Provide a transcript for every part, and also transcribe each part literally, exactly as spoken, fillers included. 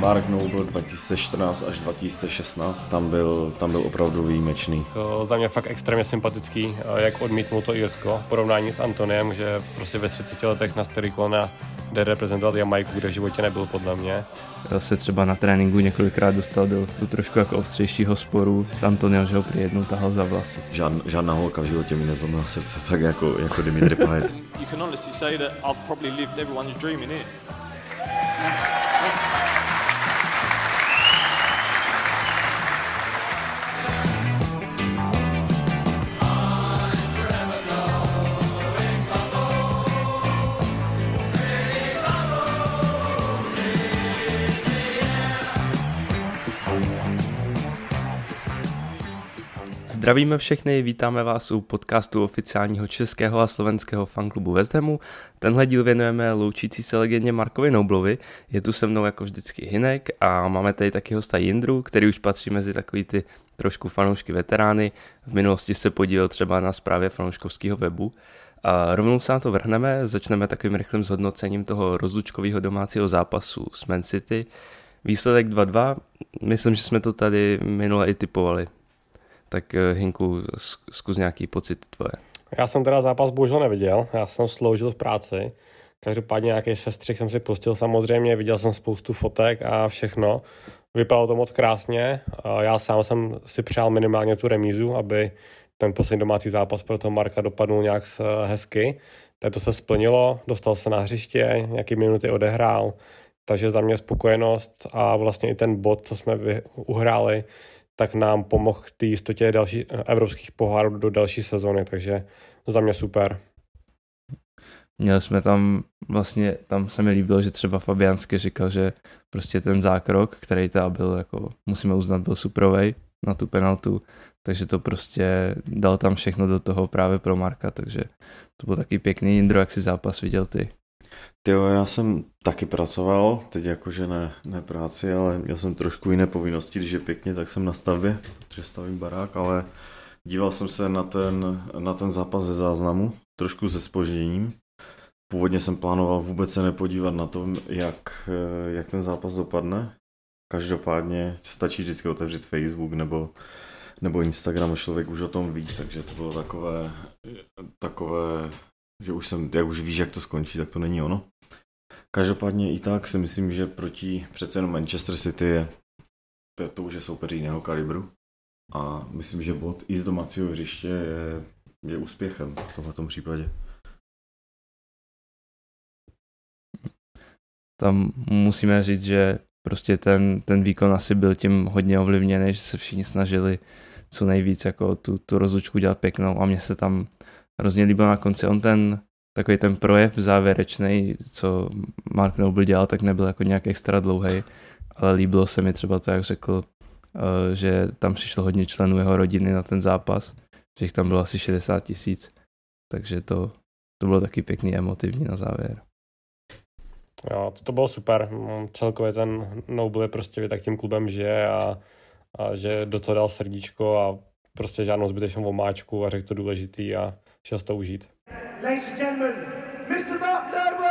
Mark Noble dva tisíce čtrnáct až dva tisíce šestnáct, tam byl, tam byl opravdu výjimečný. To za mě fakt extrémně sympatický, jak odmítnul to Irsko, porovnání s Antoniem, že prostě ve třiceti letech na starý kolena jde reprezentovat Jamajku, kde v životě nebyl podle mě. Se třeba na tréninku několikrát dostal do, do trošku jako ostřejšího sporu, Antonio, že ho při jednou tahal za vlasy. Žádn, žádná holka v životě mi nezlomila srdce tak jako, jako Dimitri Payet. You can honestly say that I've probably lived everyone's dream in it. Zdravíme všechny, vítáme vás u podcastu oficiálního českého a slovenského fanklubu West Hamu. Tenhle díl věnujeme loučící se legendě Markovi Noblovi. Je tu se mnou jako vždycky Hinek a máme tady taky hosta Jindru, který už patří mezi takový ty trošku fanoušky veterány. V minulosti se podílel třeba na správě fanouškovského webu. A rovnou se na to vrhneme, začneme takovým rychlým zhodnocením toho rozlučkového domácího zápasu s Man City. Výsledek dva dva, myslím, že jsme to tady minule i typovali. Tak Hinku, zkus nějaký pocit tvoje. Já jsem teda zápas bohužel neviděl, já jsem sloužil v práci. Každopádně nějaký sestřih jsem si pustil samozřejmě, viděl jsem spoustu fotek a všechno. Vypadalo to moc krásně. Já sám jsem si přál minimálně tu remízu, aby ten poslední domácí zápas pro toho Marka dopadnul nějak hezky. Tak to se splnilo, dostal se na hřiště, nějaký minuty odehrál, takže za mě spokojenost a vlastně i ten bod, co jsme uhráli, tak nám pomohl k té jistotě další, evropských pohárů do další sezony, takže za mě super. Měli jsme tam, vlastně tam se mi líbilo, že třeba Fabianský říkal, že prostě ten zákrok, který tam byl, jako musíme uznat, byl superovej na tu penaltu, takže to prostě dal tam všechno do toho právě pro Marka, takže to byl taky pěkný. Jindro, jak si zápas viděl ty? Tyjo, já jsem taky pracoval, teď jakože ne, ne práci, ale měl jsem trošku jiné povinnosti, když je pěkně, tak jsem na stavbě, protože stavím barák, ale díval jsem se na ten, na ten zápas ze záznamu, trošku se zpožděním. Původně jsem plánoval vůbec se nepodívat na to, jak, jak ten zápas dopadne. Každopádně stačí vždycky otevřít Facebook nebo, nebo Instagram a člověk už o tom ví, takže to bylo takové, takové že už jsem, jak už víš, jak to skončí, tak to není ono. Každopádně i tak si myslím, že proti přece jenom Manchester City je to, to už je soupeří jiného kalibru a myslím, že bod i z domácího hřiště je, je úspěchem v tomto případě. Tam musíme říct, že prostě ten, ten výkon asi byl tím hodně ovlivněný, že se všichni snažili co nejvíc jako tu, tu rozlučku dělat pěknou a mně se tam hrozně líbil na konci. On ten takový ten projev závěrečný, co Mark Noble dělal, tak nebyl jako nějak extra dlouhý, ale líbilo se mi třeba to, jak řekl, že tam přišlo hodně členů jeho rodiny na ten zápas, že jich tam bylo asi šedesát tisíc, takže to, to bylo taky pěkný, emotivní na závěr. Jo, to, to bylo super. Celkově ten Noble je prostě tak tím klubem žije a, a že do toho dal srdíčko a prostě žádnou zbytečnou omáčku a řekl to důležitý a šel to užít. Ladies and gentlemen, mister Mark Noble!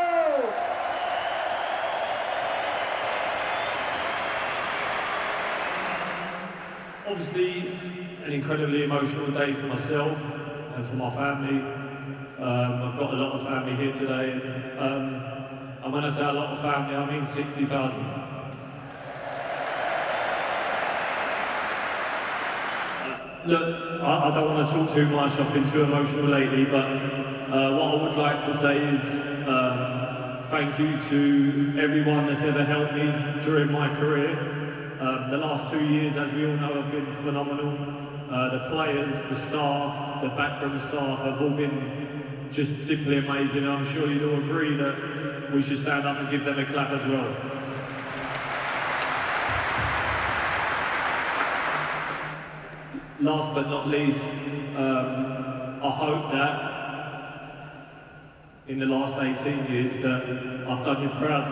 Obviously, an incredibly emotional day for myself and for my family. Um, I've got a lot of family here today. Um, and when I say a lot of family, I mean sixty thousand. Look, I, I don't want to talk too much, I've been too emotional lately, but uh, what I would like to say is um, thank you to everyone that's ever helped me during my career. Um, the last two years, as we all know, have been phenomenal. Uh, the players, the staff, the backroom staff have all been just simply amazing. I'm sure you'd all agree that we should stand up and give them a clap as well. Last but not least, um, I hope that in the last eighteen years that I've done you proud.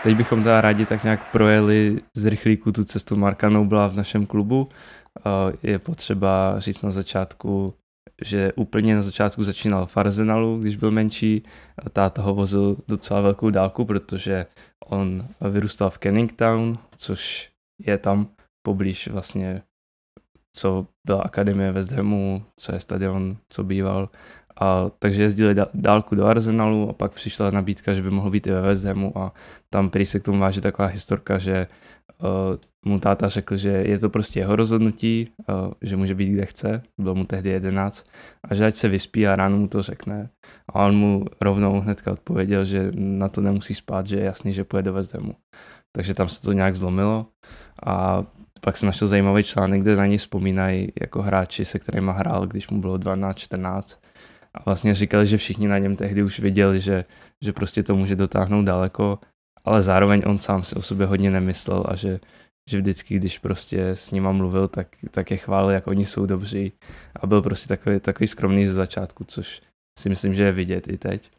teď bychom teda rádi tak nějak projeli z rychlíku tu cestu Marka Noblea v našem klubu. Je potřeba říct na začátku, že úplně na začátku začínal v Arsenalu, když byl menší. Táta ho vozil docela velkou dálku, protože on vyrůstal v Canning Town, což je tam poblíž vlastně, co byla akademie West Hamu, co je stadion, co býval. A takže jezdili dálku do Arsenalu a pak přišla nabídka, že by mohl být i ve West Hamu a tam prý se k tomu váže taková historka, že uh, mu táta řekl, že je to prostě jeho rozhodnutí, uh, že může být kde chce, bylo mu tehdy jedenáct, a že ať se vyspí a ráno mu to řekne. A on mu rovnou hnedka odpověděl, že na to nemusí spát, že je jasný, že půjde do West Hamu. Takže tam se to nějak zlomilo a pak jsem našel zajímavý článek, kde na něj vzpomínají jako hráči, se kterými hrál, když mu bylo dvanáct čtrnáct. A vlastně říkali, že všichni na něm tehdy už viděli, že, že prostě to může dotáhnout daleko, ale zároveň on sám si o sobě hodně nemyslel a že, že vždycky, když prostě s nima mluvil, tak, tak je chválil, jak oni jsou dobří a byl prostě takový, takový skromný ze začátku, což si myslím, že je vidět i teď.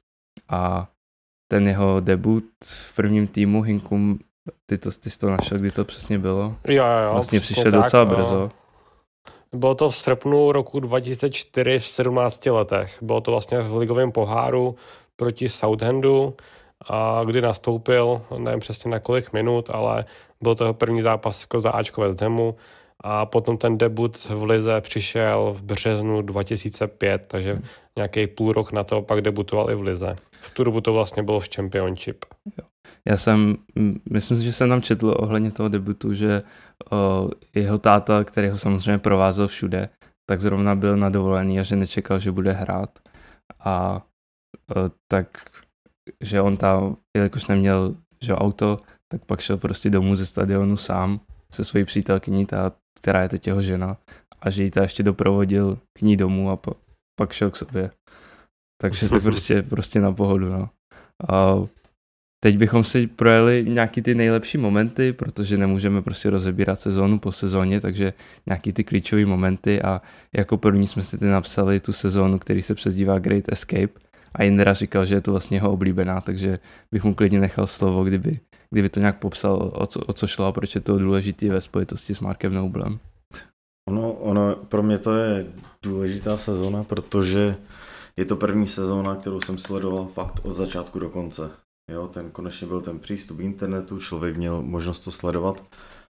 A ten jeho debut v prvním týmu Hinkum, ty, to, ty jsi to našel, kdy to přesně bylo? Jo, jo, vlastně přišel docela tak, brzo. Bylo to v srpnu roku dva tisíce čtyři v sedmnácti letech. Bylo to vlastně v ligovém poháru proti Southandu, a kdy nastoupil, nevím přesně na kolik minut, ale byl to jeho první zápas jako za Ačko West Hamu a potom ten debut v lize přišel v březnu dva tisíce pět, takže nějaký půl rok na to pak debutoval i v lize. V tu dobu to vlastně bylo v Championship. Jo. Já jsem, myslím si, že jsem tam četl ohledně toho debutu, že o, jeho táta, který ho samozřejmě provázel všude, tak zrovna byl na dovolený a že nečekal, že bude hrát. A o, tak, že on tam, jelikož neměl že auto, tak pak šel prostě domů ze stadionu sám se svojí přítelkyní, ta, která je teď jeho žena, a že jí ta ještě doprovodil k ní domů a po, pak šel k sobě. Takže to prostě, prostě na pohodu. No. A teď bychom si projeli nějaký ty nejlepší momenty, protože nemůžeme prostě rozebírat sezónu po sezóně, takže nějaký ty klíčové momenty a jako první jsme si ty napsali tu sezónu, který se přezdívá Great Escape a Jindra říkal, že je to vlastně jeho oblíbená, takže bych mu klidně nechal slovo, kdyby, kdyby to nějak popsal, o co, o co šlo a proč je to důležitý ve spojitosti s Markem Noblem. Ono, ono, pro mě to je důležitá sezóna, protože je to první sezóna, kterou jsem sledoval fakt od začátku do konce. Jo, ten konečně byl ten přístup k internetu, člověk měl možnost to sledovat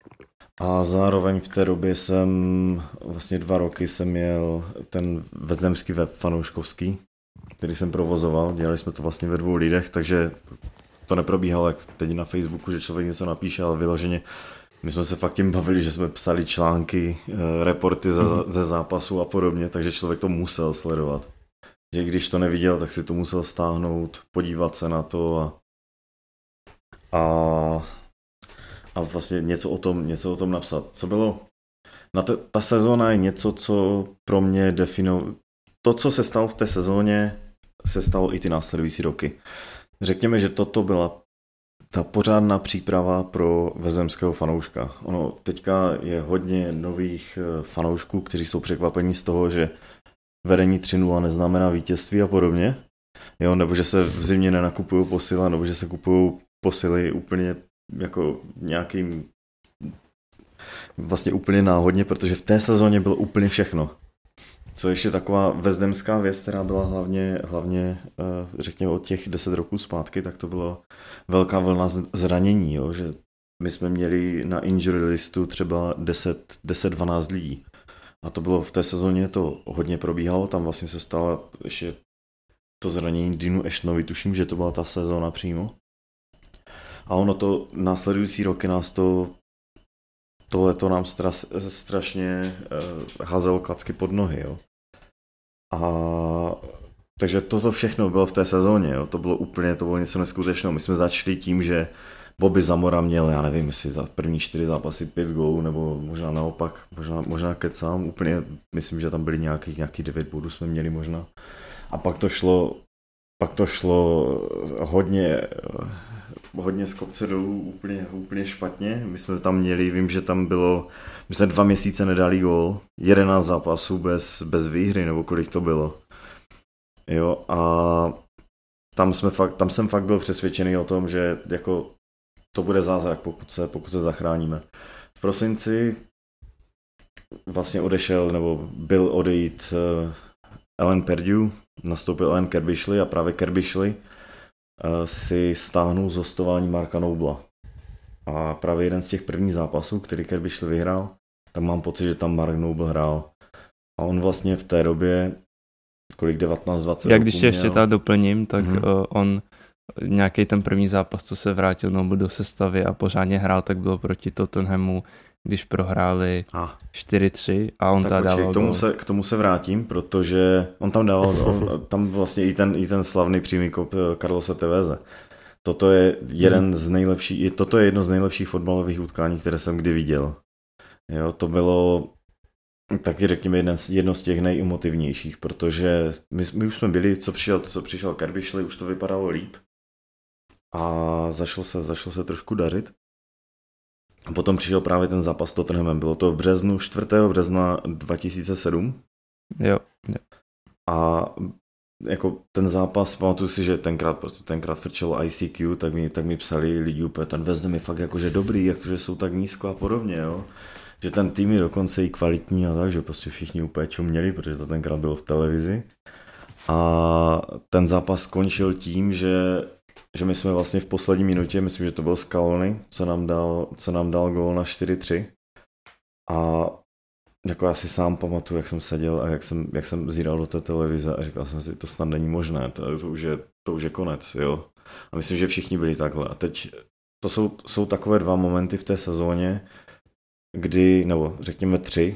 a zároveň v té době jsem, vlastně dva roky jsem měl ten vezdemský web fanouškovský, který jsem provozoval, dělali jsme to vlastně ve dvou lidech, takže to neprobíhalo jak teď na Facebooku, že člověk něco napíše, ale vyloženě my jsme se fakt tím bavili, že jsme psali články, reporty ze, ze zápasu a podobně, takže člověk to musel sledovat. Že když to neviděl, tak si to musel stáhnout, podívat se na to a A, a vlastně něco o tom, něco o tom napsat. Co bylo? Na te, ta sezóna je něco, co pro mě definovalo. To, co se stalo v té sezóně, se stalo i ty následující roky. Řekněme, že toto byla ta pořádná příprava pro vezemského fanouška. Ono teďka je hodně nových fanoušků, kteří jsou překvapení z toho, že vedení tři nula neznamená vítězství a podobně. Jo, nebo že se v zimě nenakupují posila, nebo že se kupují posily úplně jako nějakým vlastně úplně náhodně, protože v té sezóně bylo úplně všechno. Co ještě taková vezdemská věc, která byla hlavně, hlavně řekněme od těch deset roků zpátky, tak to byla velká vlna zranění, jo? Že my jsme měli na injury listu třeba deset dvanáct lidí. A to bylo v té sezóně, to hodně probíhalo, tam vlastně se stalo ještě to zranění Deanu Ashtonovi, tuším, že to byla ta sezóna přímo. A ono to následující roky nás to tohleto nám stras, strašně uh, házelo klacky pod nohy, jo. A takže toto všechno bylo v té sezóně, jo. To bylo úplně, to bylo něco neskutečného. My jsme začali tím, že Bobby Zamora měl, já nevím, jestli za první čtyři zápasy pět gólů, nebo možná naopak, možná, možná kecám, úplně, myslím, že tam byly nějaký, nějaký devět bodů jsme měli možná. A pak to šlo, pak to šlo hodně, hodně z kopce dolů, úplně, úplně špatně. My jsme tam měli, vím, že tam bylo, my jsme dva měsíce nedali gól, jedenáct zápasů bez, bez výhry, nebo kolik to bylo. Jo, a tam, jsme fakt, tam jsem fakt byl přesvědčený o tom, že jako to bude zázrak, pokud se, pokud se zachráníme. V prosinci vlastně odešel, nebo byl odejít uh, Alan Perdue, nastoupil Alan Kirbishley a právě Kirbishley uh, si stáhnul z hostování Marka Nobla. A právě jeden z těch prvních zápasů, který Kirbishley vyhrál, tak mám pocit, že tam Mark Noble hrál. A on vlastně v té době, kolik devatenáct dvacet Já když tě měl. ještě tak doplním, tak mm-hmm. uh, on nějaký ten první zápas, co se vrátil Noble do sestavy a pořádně hrál, tak bylo proti Tottenhamu, když prohráli ah. čtyři tři a on tam dával k tomu, se, k tomu se vrátím, protože on tam dával, on, tam vlastně i ten, i ten slavný přímý kop Carlose Teveze. Toto je jeden hmm. z nejlepších, toto je jedno z nejlepších fotbalových utkání, které jsem kdy viděl. Jo, to bylo taky řekněme jedno, jedno z těch nejemotivnějších, protože my, my už jsme byli, co přišel, co přišel Kirbishley, už to vypadalo líp a zašlo se, zašlo se trošku dařit. A potom přišel právě ten zápas s Tottenhamem, bylo to v březnu, čtvrtého března dva tisíce sedm. Jo, jo. A jako ten zápas, pamatuju si, že tenkrát, protože tenkrát frčelo I C Q, tak mi, tak mi psali lidi úplně, ten West Ham je fakt jakože dobrý, jak to, že jsou tak nízko a podobně, jo. Že ten tým je dokonce i kvalitní a tak, že prostě všichni úplně čo měli, protože to tenkrát bylo v televizi. A ten zápas skončil tím, že, že my jsme vlastně v poslední minutě, myslím, že to byl Scaloni, co nám dal, co nám dal gól na čtyři tři. A jako já si sám pamatuju, jak jsem seděl a jak jsem, jak jsem zíral do té televize a říkal jsem si, to snad není možné, to, to, už, je, to už je konec, jo. A myslím, že všichni byli takhle. A teď to jsou, jsou takové dva momenty v té sezóně, kdy, nebo řekněme tři,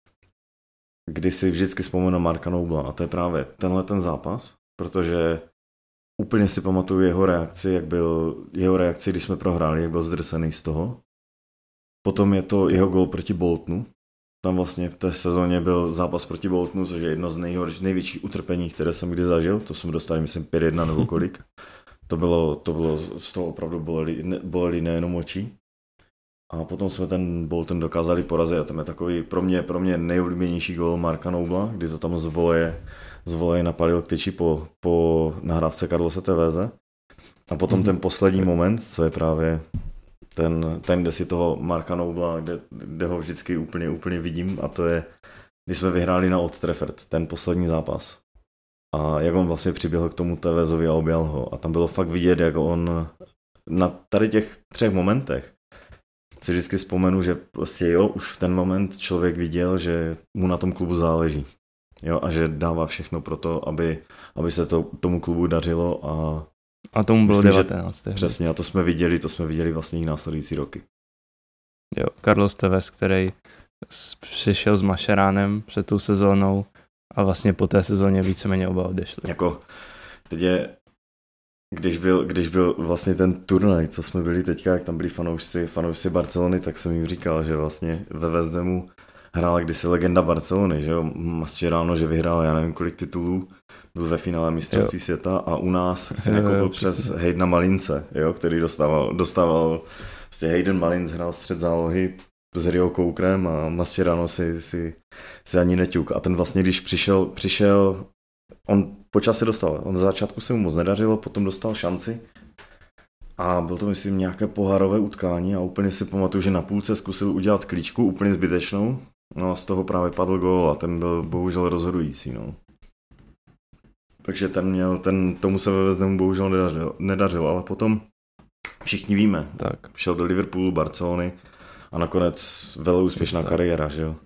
kdy si vždycky vzpomenu na Marka Nobla a to je právě tenhle ten zápas, protože úplně si pamatuju jeho reakci, jak byl, jeho reakci, když jsme prohráli, jak byl zdrsený z toho. Potom je to jeho gól proti Boltonu. Tam vlastně v té sezóně byl zápas proti Boltonu, což je jedno z nejhorších, největších utrpení, které jsem kdy zažil. To jsme dostali, myslím, pět jedna nebo kolik. To bylo, to bylo z toho opravdu boleli, ne, boleli nejenom oči. A potom jsme ten Bolton dokázali porazit a tam je takový pro mě, pro mě nejoblíbenější gól Marka Nobla, kdy to tam z voleje, z voleje napadil k tyči po, po nahrávce Carlose Teveze. A potom mm-hmm. ten poslední moment, co je právě ten, ten kde si toho Marka Nobla, kde, kde ho vždycky úplně, úplně vidím a to je, když jsme vyhráli na Old Trafford, ten poslední zápas. A jak on vlastně přiběhl k tomu Tevezovi a objal ho. A tam bylo fakt vidět, jak on na tady těch třech momentech si vždycky vzpomenu, že prostě jo, už v ten moment člověk viděl, že mu na tom klubu záleží. Jo, a že dává všechno pro to, aby, aby se to tomu klubu dařilo a a tomu bylo myslím, devatenáct. Přesně, a to jsme viděli, to jsme viděli vlastně i následující roky. Jo, Carlos Tevez, který přišel s Mascheránem před tou sezónou a vlastně po té sezóně víceméně oba odešli. Jako, teď je, když byl, když byl vlastně ten turnaj, co jsme byli teďka, jak tam byli fanoušci, fanoušci Barcelony, tak jsem jim říkal, že vlastně ve West Hamu hrála kdysi legenda Barcelony, že jo, Mascherano, že vyhrál, já nevím kolik titulů, byl ve finále mistrovství jo. světa a u nás si nekoupil přes Haydena Malince, jo, který dostával, dostával vlastně Hayden Malins hrál střed zálohy s Rio Cokerem a Mascherano si, si, si ani neťuk. A ten vlastně, když přišel, přišel on počas se dostal, on za začátku se mu moc nedařilo, potom dostal šanci a byl to myslím nějaké pohárové utkání a úplně si pamatuju, že na půlce zkusil udělat klíčku úplně zbytečnou, no a z toho právě padl gól a ten byl bohužel rozhodující, no. Takže ten měl, ten, tomu se ve West Hamu bohužel nedařilo, nedařilo, ale potom všichni víme, tak. Šel do Liverpoolu, Barcelony a nakonec veleúspěšná kariéra, že jo.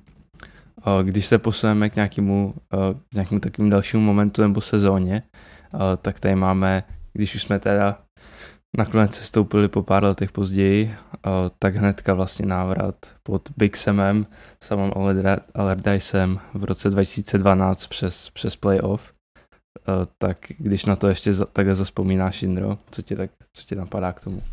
Když se posuneme k nějakému, k nějakému takovému dalšímu momentu nebo sezóně, tak tady máme, když už jsme teda nakonec se stoupili po pár letech později, tak hnedka vlastně návrat pod Big Samem, Samem Allardycem v roce dva tisíce dvanáct přes, přes playoff. Tak když na to ještě takhle zazpomínáš, Jindro, co ti, tak, co ti napadá k tomu?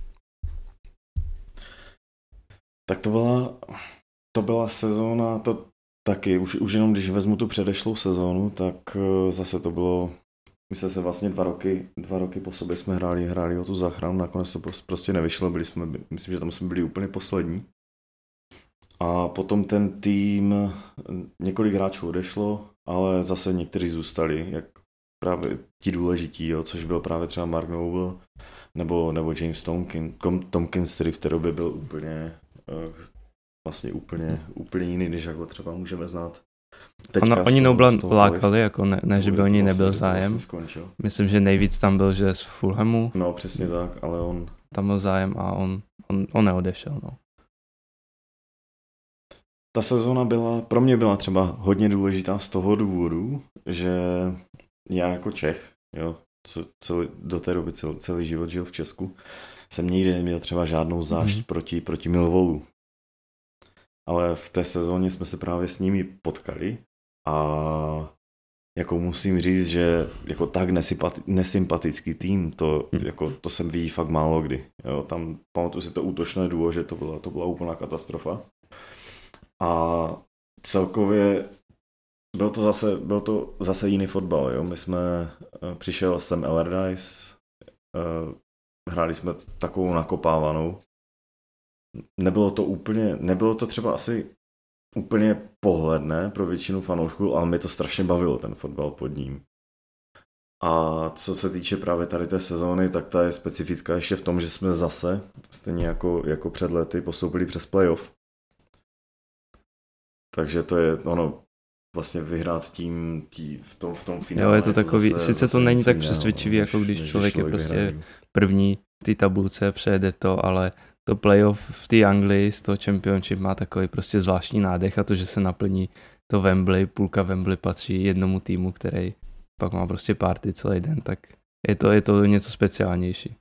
Tak to byla, to byla sezóna, to taky, už, už jenom když vezmu tu předešlou sezónu, tak zase to bylo, my jsme se vlastně dva roky, dva roky po sobě jsme hráli, hráli o tu záchranu, nakonec to prostě nevyšlo, byli jsme, myslím, že tam jsme byli úplně poslední. A potom ten tým, několik hráčů odešlo, ale zase někteří zůstali, jak právě ti důležití, jo, což byl právě třeba Mark Noble, nebo, nebo James Tompkins, Tompkins, který v té době byl úplně vlastně úplně, úplně jiný, než jak ho třeba můžeme znát. Ono, oni Nobla lákali, jako ne, ne že by oni nebyl zájem. Myslím, že nejvíc tam byl, že z Fulhamu. No, přesně tak, ale on... Tam byl zájem a on, on, on neodešel, no. Ta sezóna byla, pro mě byla třeba hodně důležitá z toho důvodu, že já jako Čech, jo, co, celý, do té doby celý, celý život žil v Česku, jsem nikdy neměl třeba žádnou zášť mm-hmm. proti, proti Millwallu. Ale v té sezóně jsme se právě s nimi potkali a jako musím říct, že jako tak nesympati- nesympatický tým, to, hmm. jako, to jsem vidí fakt málo kdy. Jo, tam pamatuju si to útočné duo, že to byla, to byla úplná katastrofa. A celkově byl to zase, byl to zase jiný fotbal. Jo? My jsme, přišel jsem Allardyce, hráli jsme takovou nakopávanou. Nebylo to úplně, nebylo to třeba asi úplně pohledné pro většinu fanoušků, ale mě to strašně bavilo, ten fotbal pod ním. A co se týče právě tady té sezóny, tak ta je specifická ještě v tom, že jsme zase, stejně jako, jako před lety, postoupili přes playoff. Takže to je ono, vlastně vyhrát tím, tím v tom, v tom finále. Jo, je to takový, to zase, sice to není tak přesvědčivý, jako když člověk, člověk je prostě vyhrají. První v té tabulce, přejede to, ale to playoff v té Anglii z toho Championship má takový prostě zvláštní nádech a to, že se naplní to Wembley, půlka Wembley patří jednomu týmu, který pak má prostě party celý den, tak je to, je to něco speciálnější.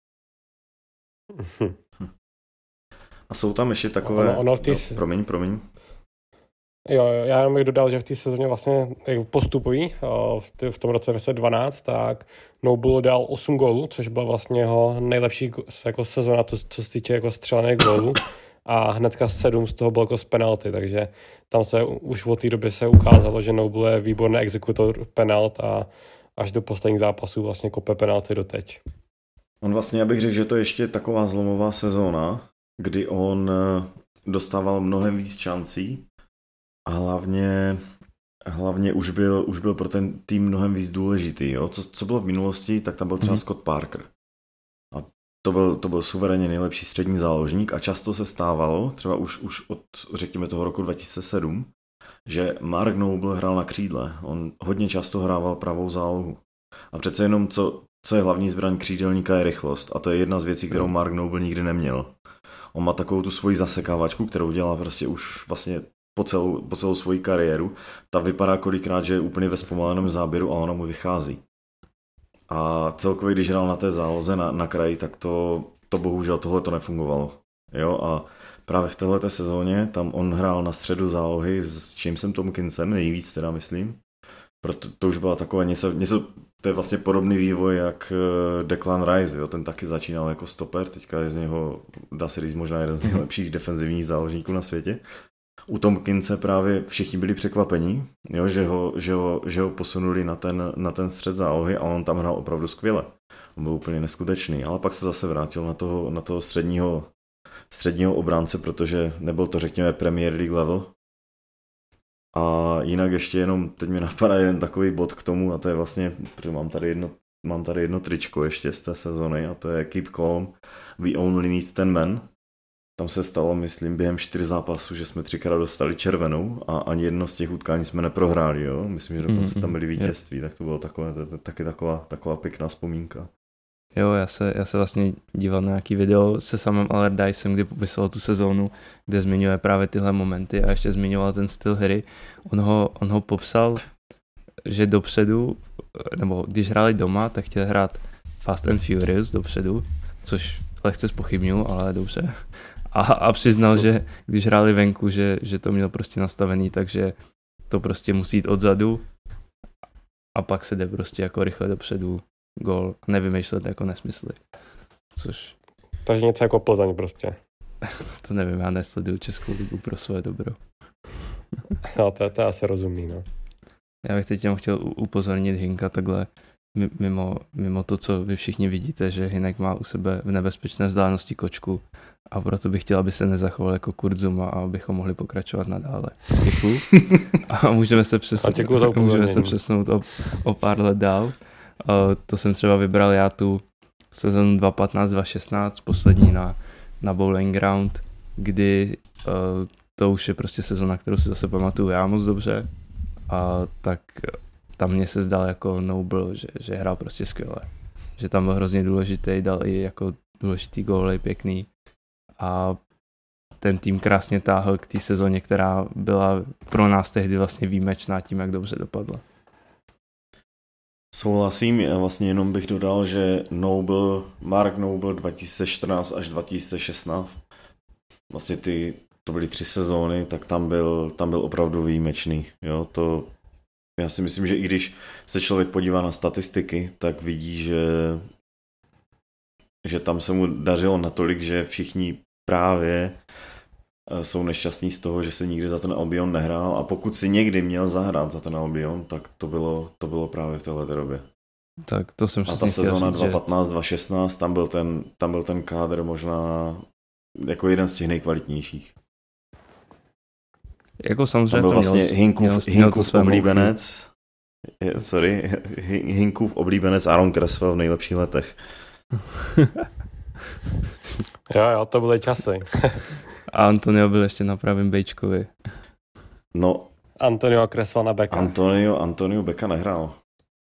A jsou tam ještě takové... Ono, ono v tý... no, promiň, promiň. Jo, já jenom bych dodal, že v té sezóně vlastně postupují v, v tom roce dvacet dvanáct, tak Noble dal osm gólů, což byla vlastně jeho nejlepší jako sezóna, to, co se týče jako střelených gólů a hnedka sedm z toho bylo jako z penalty, takže tam se už od té doby se ukázalo, že Noble je výborný exekutor penalt a až do posledních zápasů vlastně kope penalty doteď. On vlastně, já bych řekl, že to je ještě taková zlomová sezóna, kdy on dostával mnohem víc šancí a hlavně, hlavně už, byl, už byl pro ten tým mnohem víc důležitý. Jo? Co, co bylo v minulosti, tak tam byl třeba mm. Scott Parker. A to byl, to byl suverénně nejlepší střední záložník a často se stávalo, třeba už, už od, řekněme, toho roku dva tisíce sedm, že Mark Noble hrál na křídle. On hodně často hrával pravou zálohu. A přece jenom, co, co je hlavní zbraň křídelníka, je rychlost. A to je jedna z věcí, kterou Mark Noble nikdy neměl. On má takovou tu svoji zasekávačku, kterou dělá prostě už vlastně po celou, po celou svoji kariéru. Ta vypadá kolikrát, že je úplně ve zpomaleném záběru a ona mu vychází. A celkově, když hrál na té záloze na, na kraji, tak to, to bohužel tohle to nefungovalo. Jo? A právě v téhleté sezóně tam on hrál na středu zálohy s Jamesem Tompkinsem, nejvíc teda myslím. Proto to už byla taková něco, něco, to je vlastně podobný vývoj jak Declan Rice, jo? Ten taky začínal jako stoper, teďka je z něho, dá se říct, možná jeden z nejlepších defenzivních záložníků na světě. U Tompkinse právě všichni byli překvapení, jo? Že, ho, že, ho, že ho posunuli na ten, na ten střed zálohy a on tam hrál opravdu skvěle. On byl úplně neskutečný, ale pak se zase vrátil na toho, na toho středního, středního obránce, protože nebyl to, řekněme, Premier League level. A jinak ještě jenom, teď mi napadá jeden takový bod k tomu a to je vlastně, protože mám tady jedno, mám tady jedno tričko ještě z té sezony a to je Keep Calm, We Only Need Ten Men. Tam se stalo, myslím, během čtyř zápasů, že jsme třikrát dostali červenou a ani jedno z těch utkání jsme neprohráli, jo. Myslím, že dokonce tam byly vítězství, yeah. Tak to bylo takové, to, to, taky taková, taková pěkná vzpomínka. Jo, já se, já se vlastně díval na nějaký video se samým Allardicem, kdy popisoval tu sezónu, kde zmiňuje právě tyhle momenty a ještě zmiňoval ten styl hry. On ho, on ho popsal, že dopředu, nebo když hráli doma, tak chtěl hrát Fast and Furious dopředu, což lehce zpochybnil, ale dobře. A, a přiznal, že když hráli venku, že, že to měl prostě nastavený, takže to prostě musí jít odzadu a pak se jde prostě jako rychle dopředu gól a nevymýšlet jako nesmysly. Což... Takže něco jako Plzeň prostě. To nevím, já nesleduju Českou ligu pro svoje dobro. No to, to asi rozumí, no. Já bych teď jenom chtěl upozornit Hinka takhle mimo, mimo to, co vy všichni vidíte, že Hinek má u sebe v nebezpečné vzdálenosti kočku a proto bych chtěl, aby se nezachoval jako Kurt Zouma a abychom mohli pokračovat nadále. Děkuju. A můžeme se přesunout, můžeme se přesunout o, o pár let dál. Uh, to jsem třeba vybral já tu sezonu dva patnáct dva šestnáct, poslední na, na Bowling Ground, kdy uh, to už je prostě sezona, kterou si zase pamatuju já moc dobře, a tak tam mně se zdal jako Noble, že, že hrál prostě skvěle, že tam byl hrozně důležitý, dal i jako důležitý góly, pěkný, a ten tým krásně táhl k té sezóně, která byla pro nás tehdy vlastně výjimečná tím, jak dobře dopadla. Souhlasím, já vlastně jenom bych dodal, že Noble, Mark Noble dva tisíce čtrnáct až dva tisíce šestnáct, vlastně ty, to byly tři sezóny, tak tam byl, tam byl opravdu výjimečný. Jo, to, já si myslím, že i když se člověk podívá na statistiky, tak vidí, že, že tam se mu dařilo natolik, že všichni právě jsou nešťastní z toho, že se nikdy za ten Albion nehrál, a pokud si někdy měl zahrát za ten Albion, tak to bylo, to bylo právě v této době. Tak to jsem a ta sezóna dva patnáct dva šestnáct, tam byl ten, tam byl ten kádr možná jako jeden z těch nejkvalitnějších. Jako samozřejmě tam byl to vlastně měl, Hinkův, měl, Hinkův měl oblíbenec, je, sorry, Hinkův oblíbenec Aaron Cresswell v nejlepších letech. Jo, jo, to byly časy. A Antonio byl ještě na pravém bejčkovi. No, Antonio Cresswell na beka. Antonio, Antonio Beka nehrál.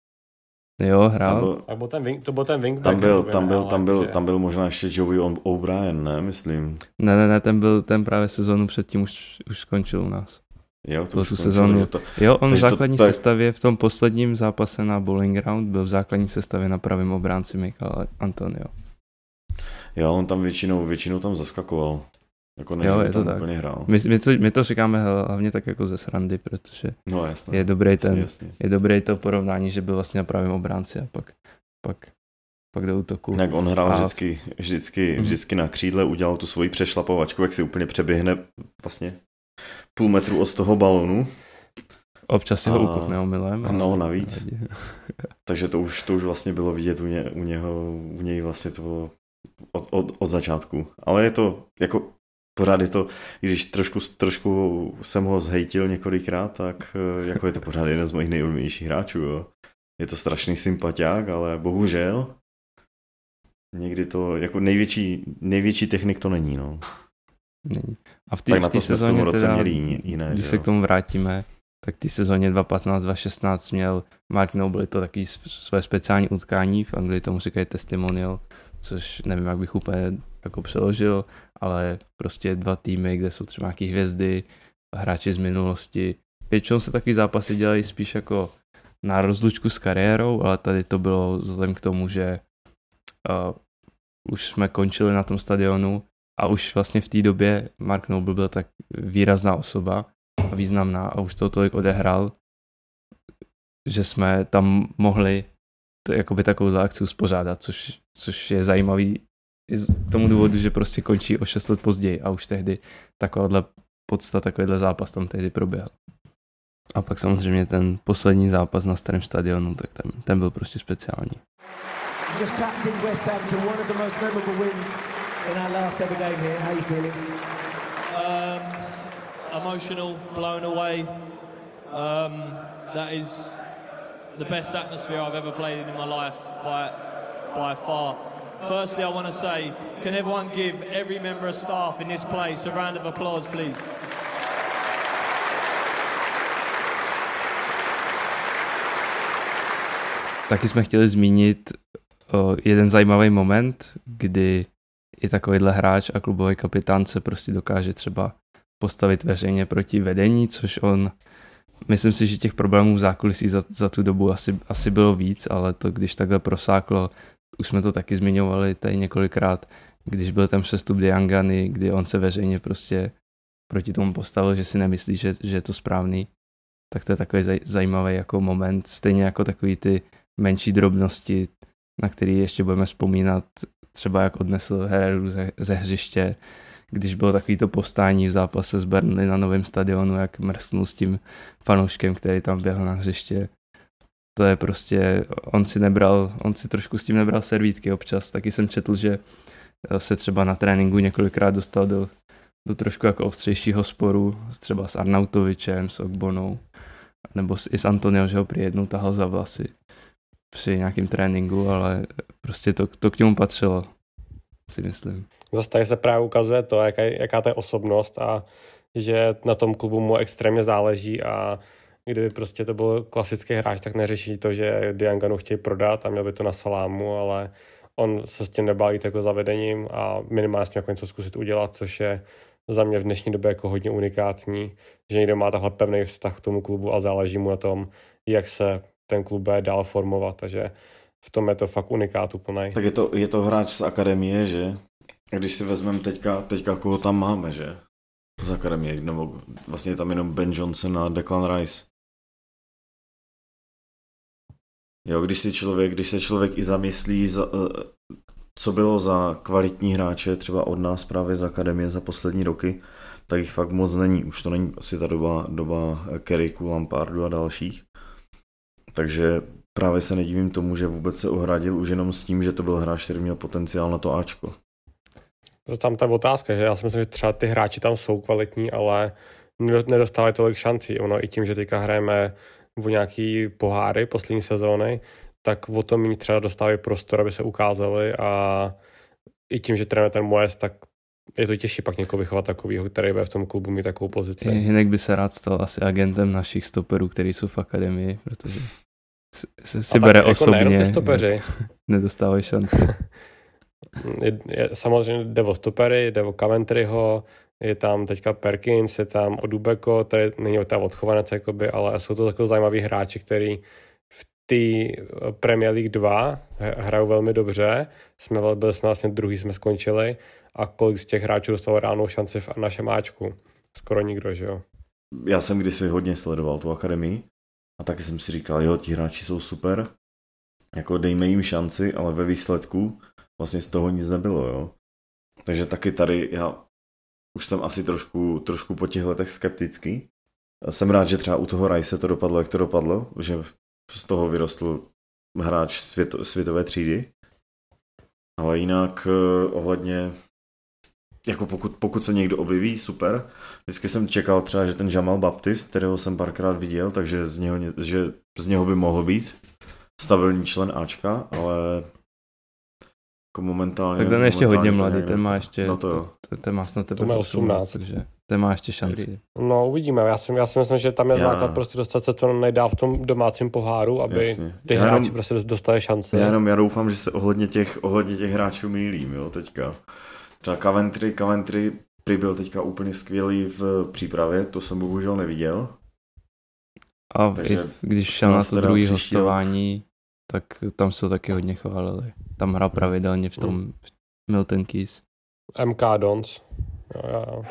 Jo, hrál. Byl, tak byl ten wing, to byl ten wingback. tam byl, tam byl, ale, tam byl, že... tam byl možná ještě Joey O'Brien, ne, myslím. Ne, ne, ne, ten byl, ten právě sezónu předtím už, už skončil u nás. Jo, to tu už sezónu. To, jo, on v základní to, tak... sestavě v tom posledním zápase na Bowling Ground byl v základní sestavě na pravém obránci Michael Antonio. Jo, on tam většinou, většinou tam zaskakoval. Jako než jo, by je tam to úplně tak. hrál. My, my, to, my to říkáme hlavně tak jako ze srandy, protože no, jasně, je dobrý jasně, ten, jasně. je dobrý to porovnání, že byl vlastně na pravém obránci a pak, pak, pak do útoku. Jak on hrál a... vždycky, vždycky, mm-hmm. vždycky na křídle, udělal tu svoji přešlapovačku, jak si úplně přeběhne vlastně půl metru od toho balonu. Občas si ho a... ukopne omylem. No, navíc. Takže to už, to už vlastně bylo vidět u, ně, u něho, u něj vlastně to od, od, od začátku. Ale je to, jako pořád je to, když trošku, trošku jsem ho zhejtil několikrát, tak jako je to pořád jeden z mojich nejoblíbenějších hráčů. Jo. Je to strašný sympatiák, ale bohužel někdy to, jako největší, největší technik to není, no. Není. A v tý, tak na v té to jsme v tom roce teda, měli jiné. Když se k tomu vrátíme, tak v té sezóně dva patnáct dva šestnáct měl Mark Noble to taky své speciální utkání, v Anglii tomu říkají testimonial, což nevím, jak bych úplně jako přeložil, ale prostě dva týmy, kde jsou třeba nějaké hvězdy, hráči z minulosti. Většinou se takový zápasy dělají spíš jako na rozlučku s kariérou, ale tady to bylo vzhledem k tomu, že uh, už jsme končili na tom stadionu a už vlastně v té době Mark Noble byl tak výrazná osoba a významná a už to tolik odehrál, že jsme tam mohli to, jakoby takovou akci uspořádat, což, což je zajímavý i z tomu důvodu, že prostě končí o šest let později a už tehdy takováhle podsta, takovýhle zápas tam tehdy proběhl. A pak samozřejmě ten poslední zápas na starém stadionu, tak ten, ten byl prostě speciální. Just captained West Ham to one of the most memorable wins in our last ever game here. How are you feeling? Um, emotional, blown away. Um, that is the best atmosphere I've ever played in in my life by by far. Firstly, I want to say, can everyone give every member of staff in this place a round of applause, please? Taky jsme chtěli zmínit o, jeden zajímavý moment, kdy i takovýhle hráč a klubový kapitán se prostě dokáže třeba postavit veřejně proti vedení, což on, myslím si, že těch problémů v zákulisí za, za tu dobu asi, asi bylo víc, ale to když takhle prosáklo, už jsme to taky zmiňovali tady několikrát, když byl ten přestup Diangany, kdy on se veřejně prostě proti tomu postavil, že si nemyslí, že, že je to správný, tak to je takový zaj, zajímavý jako moment, stejně jako takový ty menší drobnosti, na který ještě budeme vzpomínat, třeba jak odnesl Herreru ze, ze hřiště, když bylo takovýto povstání v zápase s Burnley na novém stadionu, jak mrsknul s tím fanouškem, který tam běhl na hřiště. To je prostě, on si nebral, on si trošku s tím nebral servítky občas. Taky jsem četl, že se třeba na tréninku několikrát dostal do, do trošku jako ostřejšího sporu, třeba s Arnautovičem, s Ogbonou, nebo s, i s Antonio, že ho prý jednou tahal za vlasy. při nějakém tréninku, ale prostě to, to k němu patřilo, si myslím. Zase tady se právě ukazuje to, jaká, jaká to je osobnost a že na tom klubu mu extrémně záleží a kdyby prostě to byl klasický hráč, tak neřeší to, že Dianganu chtějí prodat a měl by to na salámu, ale on se s tím nebálí jako zavedením a minimálně s tím jako něco zkusit udělat, což je za mě v dnešní době jako hodně unikátní, že někdo má takhle pevný vztah k tomu klubu a záleží mu na tom, jak se ten klub bude dál formovat, takže v tom je to fakt unikát úplnej. Tak je to, je to hráč z akademie, že? Když si vezmeme teďka, teďka koho tam máme, že? Z akademie, nebo vlastně je tam jenom Ben Johnson a Declan Rice. Jo, když si člověk, když se člověk i zamyslí, za, co bylo za kvalitní hráče třeba od nás právě z akademie za poslední roky, tak jich fakt moc není. Už to není asi ta doba, doba Carricku, Lampardu a dalších. Takže právě se nedivím tomu, že vůbec se ohradil už jenom s tím, že to byl hráč, který měl potenciál na to Ačko. Tam ta otázka, že já si myslím, že třeba ty hráči tam jsou kvalitní, ale nedostávají tolik šancí. Ono i tím, že teďka hrajeme o nějaký poháry poslední sezóny, tak o tom méně třeba dostávají prostor, aby se ukázali a i tím, že trénuje ten Moyes, tak je to těžší pak někoho vychovat takovýho, který bude v tom klubu mít takovou pozici. Hinek by se rád stal asi agentem našich stoperů, který jsou v akademii, protože si, si bere jako osobně. Nejenom ty stopeři. Nedostávají šanci. je, je, samozřejmě jde o stopery, jde o Coventryho, je tam teďka Perkins, je tam Odubeko, tady není tam odchovanec, jakoby, ale jsou to takové zajímaví hráči, který v té Premier League dva hrajou velmi dobře. Jsme, byli jsme vlastně druhý, jsme skončili a kolik z těch hráčů dostalo reálnou šanci v našem Ačku? Skoro nikdo, že jo? Já jsem kdysi hodně sledoval tu akademii a taky jsem si říkal, jo, ti hráči jsou super, jako dejme jim šanci, ale ve výsledku vlastně z toho nic nebylo, jo. Takže taky tady já už jsem asi trošku, trošku po těch letech skeptický. Jsem rád, že třeba u toho Rice to dopadlo, jak to dopadlo, že z toho vyrostl hráč světo, světové třídy. Ale jinak eh, ohledně, jako pokud, pokud se někdo objeví, super. Vždycky jsem čekal třeba, že ten Jamal Baptiste, kterého jsem párkrát viděl, takže z něho, že z něho by mohl být stabilní člen Ačka, ale jako momentálně... Tak ten je ještě hodně mladý, ten má ještě, no to ten, ten má snad to má osmnáct, takže ten má ještě šanci. No uvidíme, já si, já si myslím, že tam je já. základ prostě dostat se to nejdá v tom domácím poháru, aby Jasně. ty já hráči jenom, prostě dostali šanci. Já jenom já doufám, že se ohledně těch, ohledně těch hráčů mýlím, jo, teďka. Třeba Coventry, Coventry byl teďka úplně skvělý v přípravě, to jsem bohužel neviděl. A takže když šel na to druhý hostování, tak tam se taky hodně chválili. Tam hrál pravidelně v tom Milton Keynes. M K Dons. Jo, jo.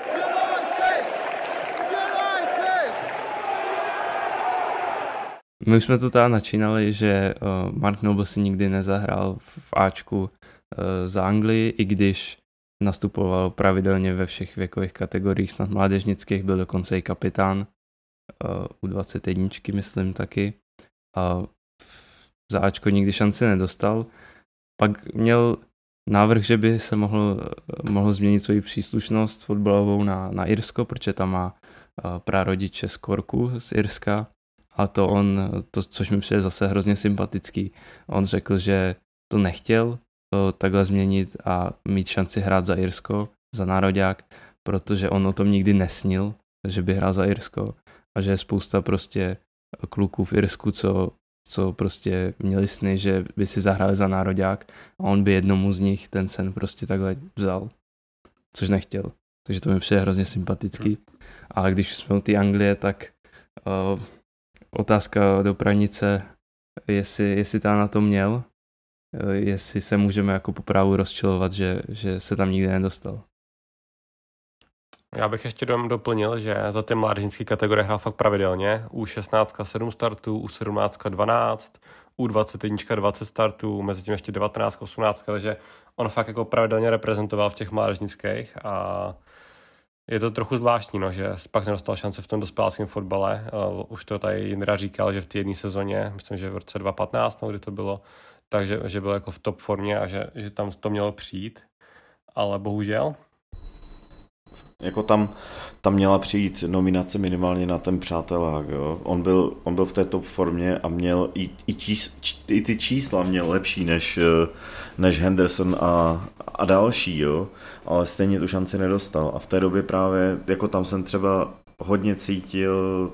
My už jsme to teda načínali, že uh, Mark Noble si nikdy nezahrál v Ačku uh, za Anglii, i když nastupoval pravidelně ve všech věkových kategoriích, snad mládežnických, byl dokonce i kapitán uh, u dvacet jedna, myslím taky. A za Ačko nikdy šanci nedostal. Pak měl návrh, že by se mohl, mohl změnit svoji příslušnost fotbalovou na, na Irsko, protože tam má uh, prarodiče z Corku z Irska. A to on, to, což mi přijde zase hrozně sympatický, on řekl, že to nechtěl to takhle změnit a mít šanci hrát za Irsko, za nároďák, protože on o tom nikdy nesnil, že by hrál za Irsko a že je spousta prostě kluků v Irsku, co, co prostě měli sny, že by si zahráli za nároďák a on by jednomu z nich ten sen prostě takhle vzal, což nechtěl. Takže to mi přijde hrozně sympatický. Ale když jsme u té Anglie, tak uh, otázka do pranice, jestli, jestli ta na to měl, jestli se můžeme jako po právu rozčilovat, že, že se tam nikdy nedostal. Já bych ještě doplnil, že za ty mládežnické kategorie hrál fakt pravidelně. U šestnáct sedm startů, u sedmnáct dvanáct, u dvacet jedna dvacet startů, mezi tím ještě devatenáct osmnáct, takže on fakt jako pravidelně reprezentoval v těch mládežnických a je to trochu zvláštní, no, že pak nedostal šance v tom dospěláckém fotbale. Uh, už to tady Jindra říkal, že v té jedné sezóně, myslím, že v roce dva tisíce patnáct, no, kdy to bylo, takže že byl jako v top formě a že, že tam to mělo přijít. Ale bohužel Jako tam, tam měla přijít nominace minimálně na ten přátelák, jo. On byl, on byl v té top formě a měl i, i, čís, i ty čísla měl lepší než, než Henderson a, a další, jo. Ale stejně tu šanci nedostal. A v té době právě, jako tam jsem třeba hodně cítil,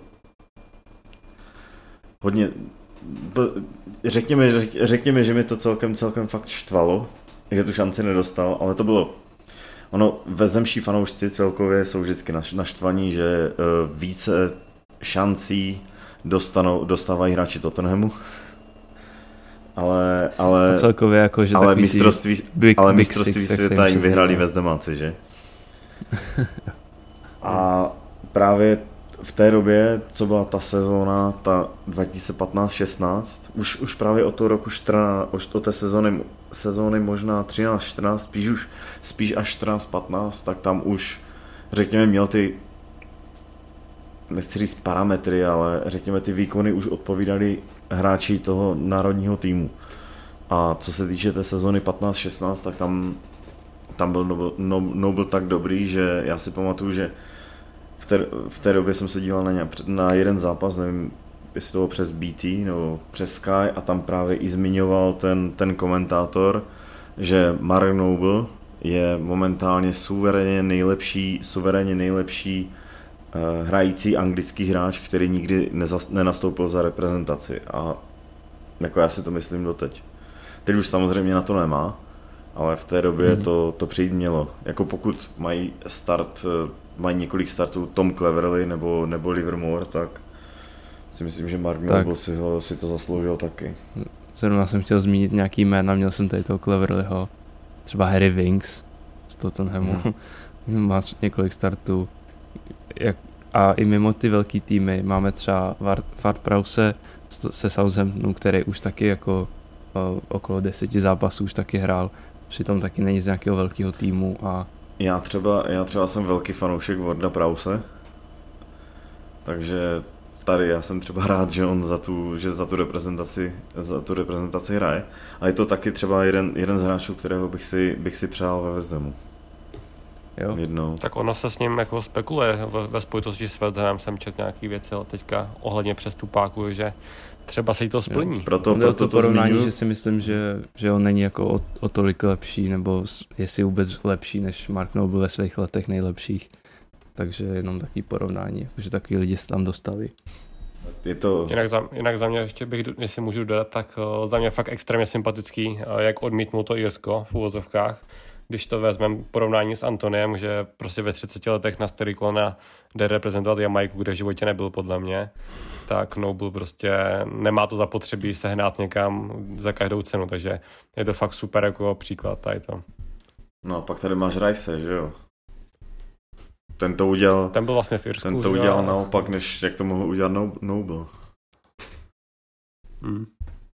hodně, řekněme, řekněme, že mi to celkem, celkem fakt štvalo, že tu šanci nedostal, ale to bylo, ono, vezdemští fanoušci celkově jsou vždycky naštvaní, že uh, více šancí dostanou, dostávají hráči Tottenhamu, ale, ale, a celkově jako, že ale mistrovství, big, ale big mistrovství six, světa jim vyhráli Vezdemáci, že? A právě v té době, co byla ta sezóna, ta dva tisíce patnáct šestnáct, už, už právě od toho roku čtrnáct, od té sezóny, sezóny možná třináct čtrnáct, spíš už, spíš až čtrnáct patnáct, tak tam už, řekněme, měl ty, nechci říct parametry, ale řekněme, ty výkony už odpovídaly hráči toho národního týmu. A co se týče té sezóny patnáct šestnáct, tak tam, tam byl Noble, Noble tak dobrý, že já si pamatuju, že V té, v té době jsem se díval na, ně, na jeden zápas, nevím, jestli to bylo přes B T nebo přes Sky, a tam právě i zmiňoval ten, ten komentátor, že Mark Noble je momentálně suverénně nejlepší, suverénně nejlepší uh, hrající anglický hráč, který nikdy nezas, nenastoupil za reprezentaci, a jako já si to myslím doteď. Teď už samozřejmě na to nemá, ale v té době mm. to, to přijít mělo. Jako pokud mají start, mají několik startů Tom Cleverley nebo, nebo Livermore, tak si myslím, že Mark Noble si, ho, si to zasloužil taky. Zrovna jsem chtěl zmínit nějaký jména, měl jsem tady toho Cleverleyho, třeba Harry Winks z Tottenhamu, hmm. má několik startů. Jak, a i mimo ty velký týmy máme třeba Ward Prowse se Southamptonu, který už taky jako o, okolo deseti zápasů už taky hrál, přitom taky není z nějakého velkého týmu. A Já třeba, já třeba jsem velký fanoušek Warda Prowse, takže tady já jsem třeba rád, že on za tu, že za tu reprezentaci, za tu reprezentaci hraje. A je to taky třeba jeden, jeden z hráčů, kterého bych si, bych si přál ve West Hamu. Jo. Jednou. Tak ono se s ním jako spekuluje ve, ve spojitosti s West Hamem, jsem četl nějaký věci, ale teďka ohledně přestupáku, že třeba se jí to splní. Jo, proto, proto to, to porovnání, zmiňuji, že si myslím, že, že on není jako o, o tolik lepší, nebo jestli vůbec lepší než Mark Noble ve svých letech nejlepších. Takže jenom takový porovnání, že takový lidi se tam dostali. Je to... Jinak, za, jinak za mě ještě bych, jestli můžu dodat, tak uh, za mě fakt extrémně sympatický, uh, jak odmítnul to Irsko v úvozovkách. Když to vezmeme porovnání s Antoniem, že prostě ve třiceti letech na starý klona jde reprezentovat Jamajku, kde v životě nebyl podle mě, tak Noble prostě nemá to zapotřebí sehnat někam za každou cenu, takže je to fakt super jako příklad tady to. No a pak tady máš Rice, že jo? Ten to udělal, ten byl vlastně v Irsku, ten to udělal jo? naopak, než jak to mohl udělat Noble. Hmm.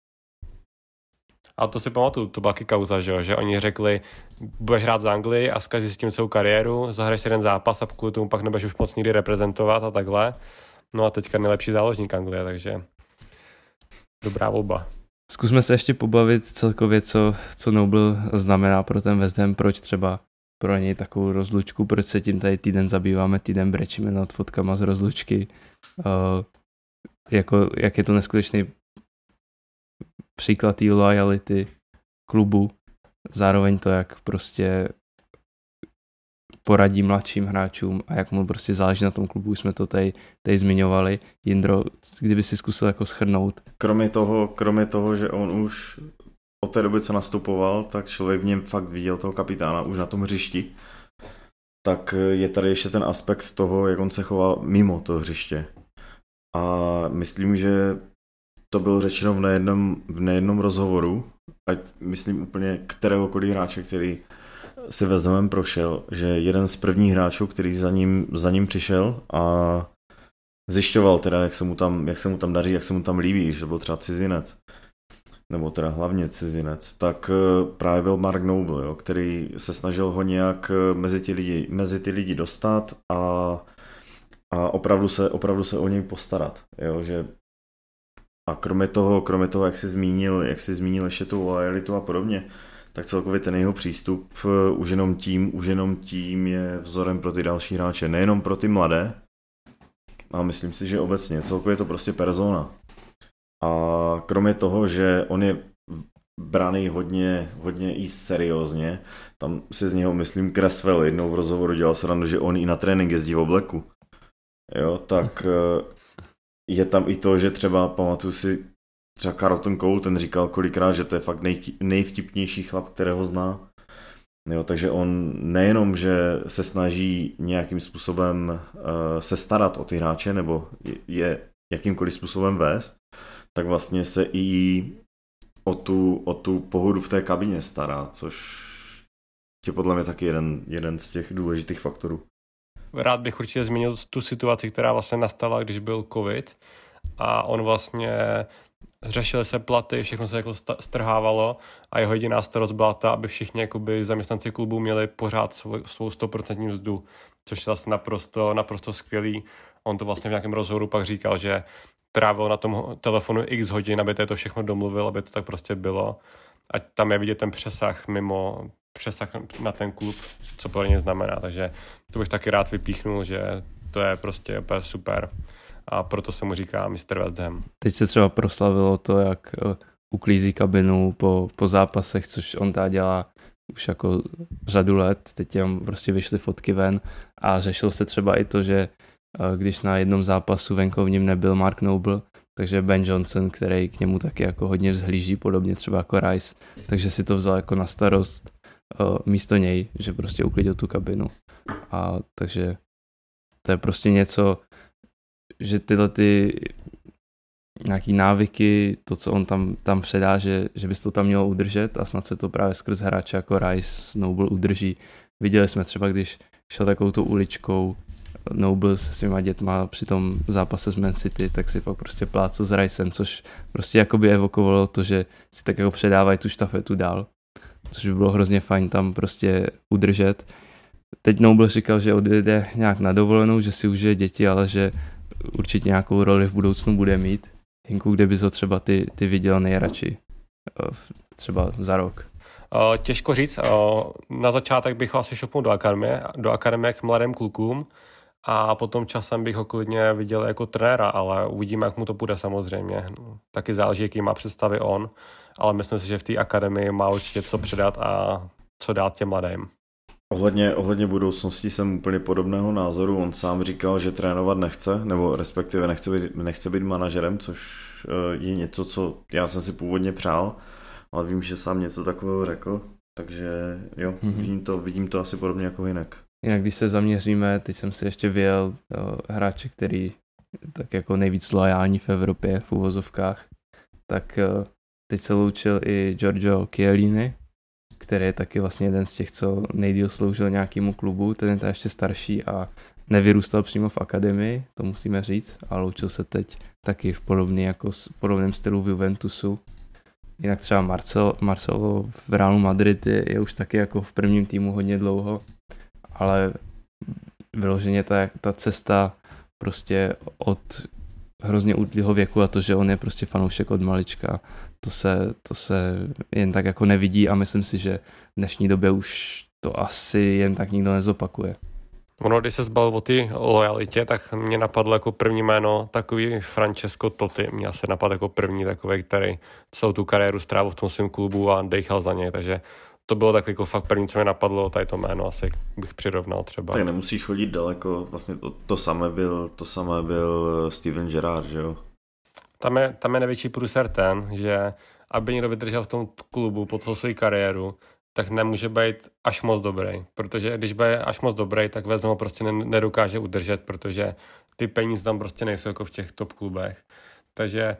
A to si pamatuju, to byla taky kauza, že, že oni řekli, budeš hrát za Anglii a zkazí s tím celou kariéru, zahraješ jeden zápas a kvůli tomu pak nebudeš už moc nikdy reprezentovat a takhle. No a teďka nejlepší záložník Anglie, takže dobrá volba. Zkusme se ještě pobavit celkově, co, co Noble znamená pro ten West Ham, proč třeba pro něj takovou rozlučku, proč se tím tady týden zabýváme, týden brečíme nad fotkama z rozlučky, uh, jako, jak je to neskutečný příklad té loyalty klubu, zároveň to, jak prostě poradí mladším hráčům a jak mu prostě záleží na tom klubu, už jsme to tady, tady zmiňovali. Jindro, kdyby si zkusil jako shrnout. Kromě toho, kromě toho, že on už od té doby, co nastupoval, tak člověk v něm fakt viděl toho kapitána už na tom hřišti, tak je tady ještě ten aspekt toho, jak on se chová mimo to hřiště. A myslím, že to bylo řečeno v nejednom, v nejednom rozhovoru, ať myslím úplně kteréhokoliv hráče, který si West Hamem prošel, že jeden z prvních hráčů, který za ním, za ním přišel a zjišťoval teda, jak se mu tam, jak se mu tam daří, jak se mu tam líbí, že byl třeba cizinec, nebo teda hlavně cizinec, tak právě byl Mark Noble, jo, který se snažil ho nějak mezi ty lidi, mezi ty lidi dostat a, a opravdu, se, opravdu se o něj postarat, jo, že a kromě toho, kromě toho, jak jsi zmínil, jak jsi zmínil ještě tu loyalitu a podobně, tak celkově ten jeho přístup už jenom tím, už jenom tím je vzorem pro ty další hráče, nejenom pro ty mladé, a myslím si, že obecně, celkově je to prostě persona. A kromě toho, že on je braný hodně, hodně i seriózně, tam si z něho, myslím, Cresswell jednou v rozhovoru dělal srandu, že on i na trénink jezdí v obleku. Jo, tak je tam i to, že třeba, pamatuju si, třeba Carlton Cole, ten říkal kolikrát, že to je fakt nej, nejvtipnější chlap, kterého zná. Jo, takže on nejenom, že se snaží nějakým způsobem uh, se starat o ty hráče, nebo je, je jakýmkoliv způsobem vést, tak vlastně se i o tu, o tu pohodu v té kabině stará, což je podle mě taky jeden, jeden z těch důležitých faktorů. Rád bych určitě zmínil tu situaci, která vlastně nastala, když byl covid a on vlastně řešily se platy, všechno se jako strhávalo a jeho jediná starost byla ta, aby všichni jakoby zaměstnanci klubu měli pořád svou, svou sto procent mzdu, což je vlastně naprosto, naprosto skvělý. On to vlastně v nějakém rozhovoru pak říkal, že trávil na tom telefonu x hodin, aby to všechno domluvil, aby to tak prostě bylo. A tam je vidět ten přesah mimo, přesah na ten klub, co pro ně znamená. Takže to bych taky rád vypíchnul, že to je prostě úplně super. A proto se mu říká mister West Ham. Teď se třeba proslavilo to, jak uklízí kabinu po, po zápasech, což on tá dělá už jako řadu let. Teď tam prostě vyšly fotky ven a řešilo se třeba i to, že když na jednom zápasu venkovním nebyl Mark Noble, takže Ben Johnson, který k němu taky jako hodně vzhlíží, podobně třeba jako Rice, takže si to vzal jako na starost uh, místo něj, že prostě uklidil tu kabinu. A takže to je prostě něco, že tyhle ty nějaký návyky, to, co on tam, tam předá, že, že bys to tam mělo udržet a snad se to právě skrz hráče jako Rice, Noble udrží. Viděli jsme třeba, když šel takovou tou uličkou Noble se svýma dětma při tom zápase s Man City, tak si pak prostě plácel s Ricem, což prostě jakoby evokovalo to, že si tak jako předávají tu štafetu dál, což by bylo hrozně fajn tam prostě udržet. Teď Noble říkal, že odjede nějak na dovolenou, že si užije děti, ale že určitě nějakou roli v budoucnu bude mít. Hinku, kde bys ho třeba ty, ty viděl nejradši? Třeba za rok. Uh, těžko říct. Uh, na začátek bych ho asi šopnul do akademie, do akademie k mladým klukům a potom časem bych ho klidně viděl jako trenéra, ale uvidíme, jak mu to bude samozřejmě. Taky záleží, jaký má představy on, ale myslím si, že v té akademii má určitě co předat a co dát těm mladým. Ohledně, ohledně budoucnosti jsem úplně podobného názoru. On sám říkal, že trénovat nechce, nebo respektive nechce být, nechce být manažerem, což je něco, co já jsem si původně přál, ale vím, že sám něco takového řekl, takže jo, mm-hmm. vidím, to, vidím to asi podobně jako Hinek. Jinak když se zaměříme, teď jsem si ještě vyjel uh, hráče, který tak jako nejvíc loajální v Evropě v uvozovkách, tak uh, teď se loučil i Giorgio Chiellini, který je taky vlastně jeden z těch, co nejdýl sloužil nějakému klubu, ten je ještě starší a nevyrůstal přímo v akademii, to musíme říct, a loučil se teď taky v podobný, jako v podobném stylu v Juventusu. Jinak třeba Marcel, Marcelo v Realu Madrid je, je už taky jako v prvním týmu hodně dlouho, ale vyloženě ta, ta cesta prostě od hrozně útlýho věku a to, že on je prostě fanoušek od malička, to se, to se jen tak jako nevidí a myslím si, že v dnešní době už to asi jen tak nikdo nezopakuje. Ono, když se zbavil o té lojalitě, tak mě napadlo jako první jméno takový Francesco Totti. Mě asi napadl jako první takový, který celou tu kariéru strávil v tom svém klubu a dejchal za něj, takže to bylo takový jako fakt první, co mě napadlo, tady to jméno asi bych přirovnal třeba. Tak nemusíš chodit daleko, vlastně to, to samé byl, to samé byl Steven Gerrard, že jo? Tam je, tam je největší průser ten, že aby někdo vydržel v tom klubu po celou svou kariéru, tak nemůže být až moc dobrý, protože když bude až moc dobrý, tak West Ham ho prostě nedokáže udržet, protože ty peníze tam prostě nejsou jako v těch top klubech. Takže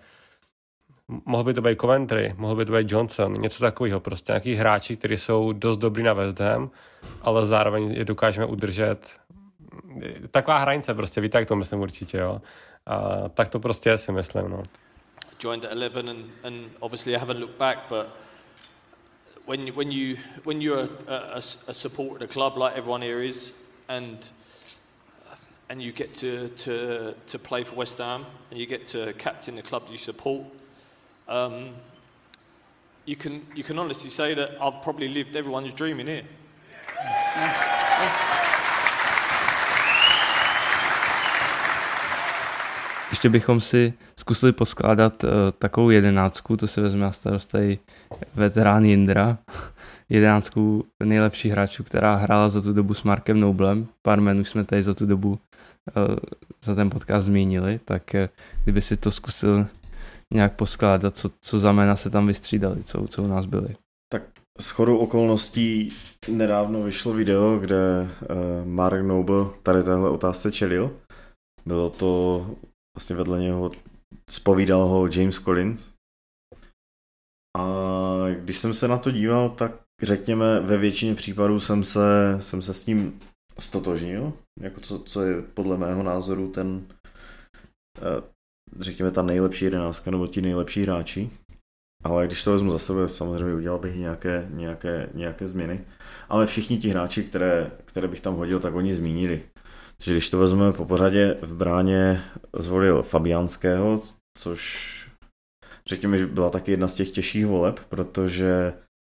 mohl by to být Coventry, mohl by to být Johnson, něco takového, prostě nějaký hráči, kteří jsou dost dobrý na West Ham, ale zároveň je dokážeme udržet. Taková hranice prostě, víte, jak to myslím určitě, jo. A tak to prostě si myslím, no. Joined at eleven and, and obviously I haven't looked back, but when you, when you when you're a, a, a supporter of the club like everyone here is, and and you get to to to play for West Ham and you get to captain the club you support, um, you can you can honestly say that I've probably lived everyone's dream in here. Ještě bychom si zkusili poskládat uh, takovou jedenáctku, to si vezme na starost tady veterán Jindra, jedenáctku nejlepších hráčů, která hrála za tu dobu s Markem Noblem. Pár jmen už jsme tady za tu dobu uh, za ten podcast zmínili, tak uh, kdyby si to zkusil nějak poskládat, co, co za jména se tam vystřídali, co, co u nás byli. Tak shodou okolností nedávno vyšlo video, kde uh, Mark Noble tady téhle otázce čelil. Bylo to vlastně vedle něho, zpovídal ho James Collins. A když jsem se na to díval, tak řekněme ve většině případů jsem se, jsem se s tím stotožnil, jako co, co je podle mého názoru ten, řekněme, ta nejlepší jedenáctka nebo ti nejlepší hráči. Ale když to vezmu za sebe, samozřejmě udělal bych nějaké, nějaké, nějaké změny. Ale všichni ti hráči, které, které bych tam hodil, tak oni zmínili. Takže když to vezmeme po pořadě, v bráně zvolil Fabiánského, což řekněme, že byla taky jedna z těch těžších voleb, protože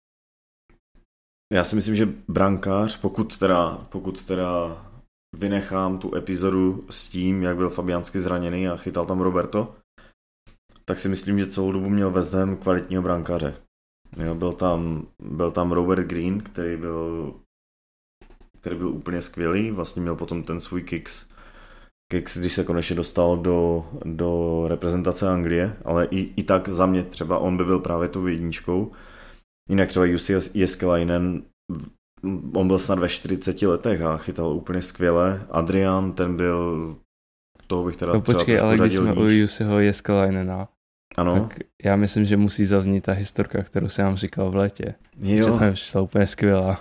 já si myslím, že brankář, pokud teda, pokud teda vynechám tu epizodu s tím, jak byl Fabiánský zraněný a chytal tam Roberto, tak si myslím, že celou dobu měl West Ham kvalitního brankáře. Jo, byl tam, byl tam Robert Green, který byl který byl úplně skvělý, vlastně měl potom ten svůj kicks, kicks když se konečně dostal do, do reprezentace Anglie, ale i, i tak za mě třeba on by byl právě tou jedničkou. Jinak třeba Jussi Jääskeläinen, on byl snad ve čtyřiceti letech a chytal úplně skvěle. Adrian, ten byl, toho bych teda no, třeba počkej, ale když jsme níž. u Jussiho Jääskeläinena, ano. tak já myslím, že musí zaznít ta historka, kterou jsem vám říkal v létě. Jo. Že tam šla úplně skvělá.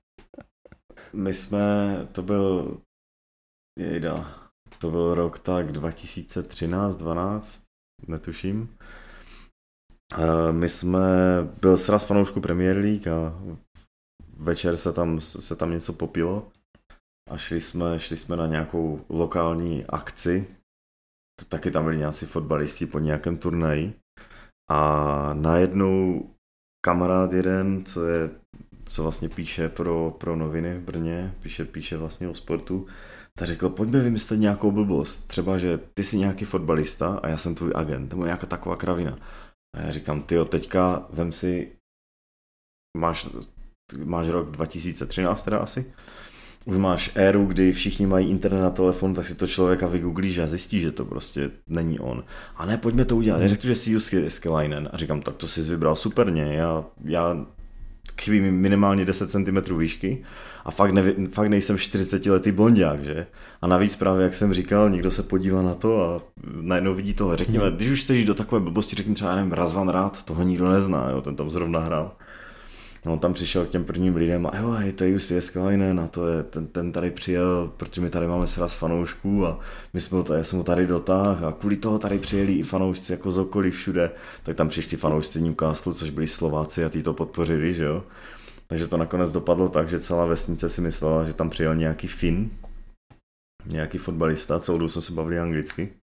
My jsme, to byl, jejda, to byl rok tak dva tisíce třináct dvanáct, netuším. My jsme, byl sraz fanoušků Premier League a večer se tam, se tam něco popilo a šli jsme, šli jsme na nějakou lokální akci. Taky tam byli nějací fotbalisti po nějakém turnaji a najednou kamarád jeden, co je co vlastně píše pro, pro noviny v Brně, píše, píše vlastně o sportu, tak řekl, pojďme vymyslet nějakou blbost, třeba, že ty jsi nějaký fotbalista a já jsem tvůj agent, nebo nějaká taková kravina. A já říkám, tyjo, teďka vem si, máš, máš rok dva tisíce třináct teda asi, už máš éru, kdy všichni mají internet na telefon, tak si to člověka vygooglíš a zjistí, že to prostě není on. A ne, pojďme to udělat, neřekl, že jsi Jussi Jääskeläinen. A říkám, tak to jsi vybral superně, já, já chybí mi minimálně deset centimetrů výšky a fakt, nevi, fakt nejsem čtyřicetiletý blonďák, že? A navíc právě, jak jsem říkal, někdo se podívá na to a najednou vidí toho. Řekněme, když už chceš do takové blbosti, řekni třeba, já nevím, Razvan Rád, toho nikdo nezná, jo? Ten tam zrovna hrál. No, on tam přišel k těm prvním lidem a jo, hej, to je Jussi Jääskeläinen a to je, ten, ten tady přijel, protože my tady máme sraz fanoušků a my jsme to, já jsem ho tady dotáhl a kvůli toho tady přijeli i fanoušci jako z okolí všude, tak tam přišli fanoušci Newcastle, což byli Slováci a tí to podpořili, že jo. Takže to nakonec dopadlo tak, že celá vesnice si myslela, že tam přijel nějaký Fin, nějaký fotbalista, celou dobu jsme se bavili anglicky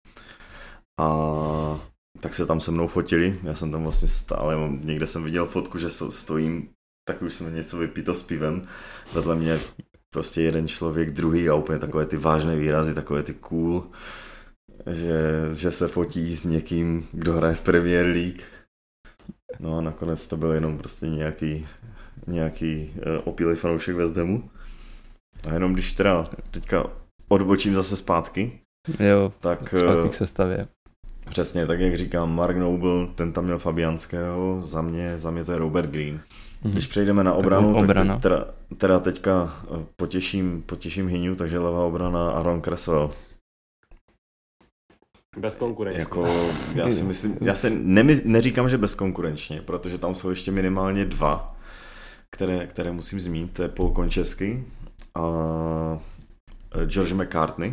a tak se tam se mnou fotili, já jsem tam vlastně stál, někde jsem viděl fotku, že stojím, tak už jsme něco vypito s pivem, vedle mě prostě jeden člověk, druhý a úplně takové ty vážné výrazy, takové ty cool, že, že se fotí s někým, kdo hraje v Premier League. No a nakonec to byl jenom prostě nějaký, nějaký opilý fanoušek West Hamu. A jenom když teda teďka odbočím zase zpátky, jo, tak zpátky k sestavě. Přesně, tak jak říkám, Mark Noble, ten tam měl Fabiánského, za mě, za mě to je Robert Green. Mm-hmm. Když přejdeme na obranu, tak, tak teď, teda, teda teďka potěším, potěším Hyňu, takže levá obrana Aaron Cresswell. Bezkonkurenčně. Jako, já si myslím, já se nemyz, neříkám, že bezkonkurenčně, protože tam jsou ještě minimálně dva, které, které musím zmínit, to je Paul Konchesky a George McCartney,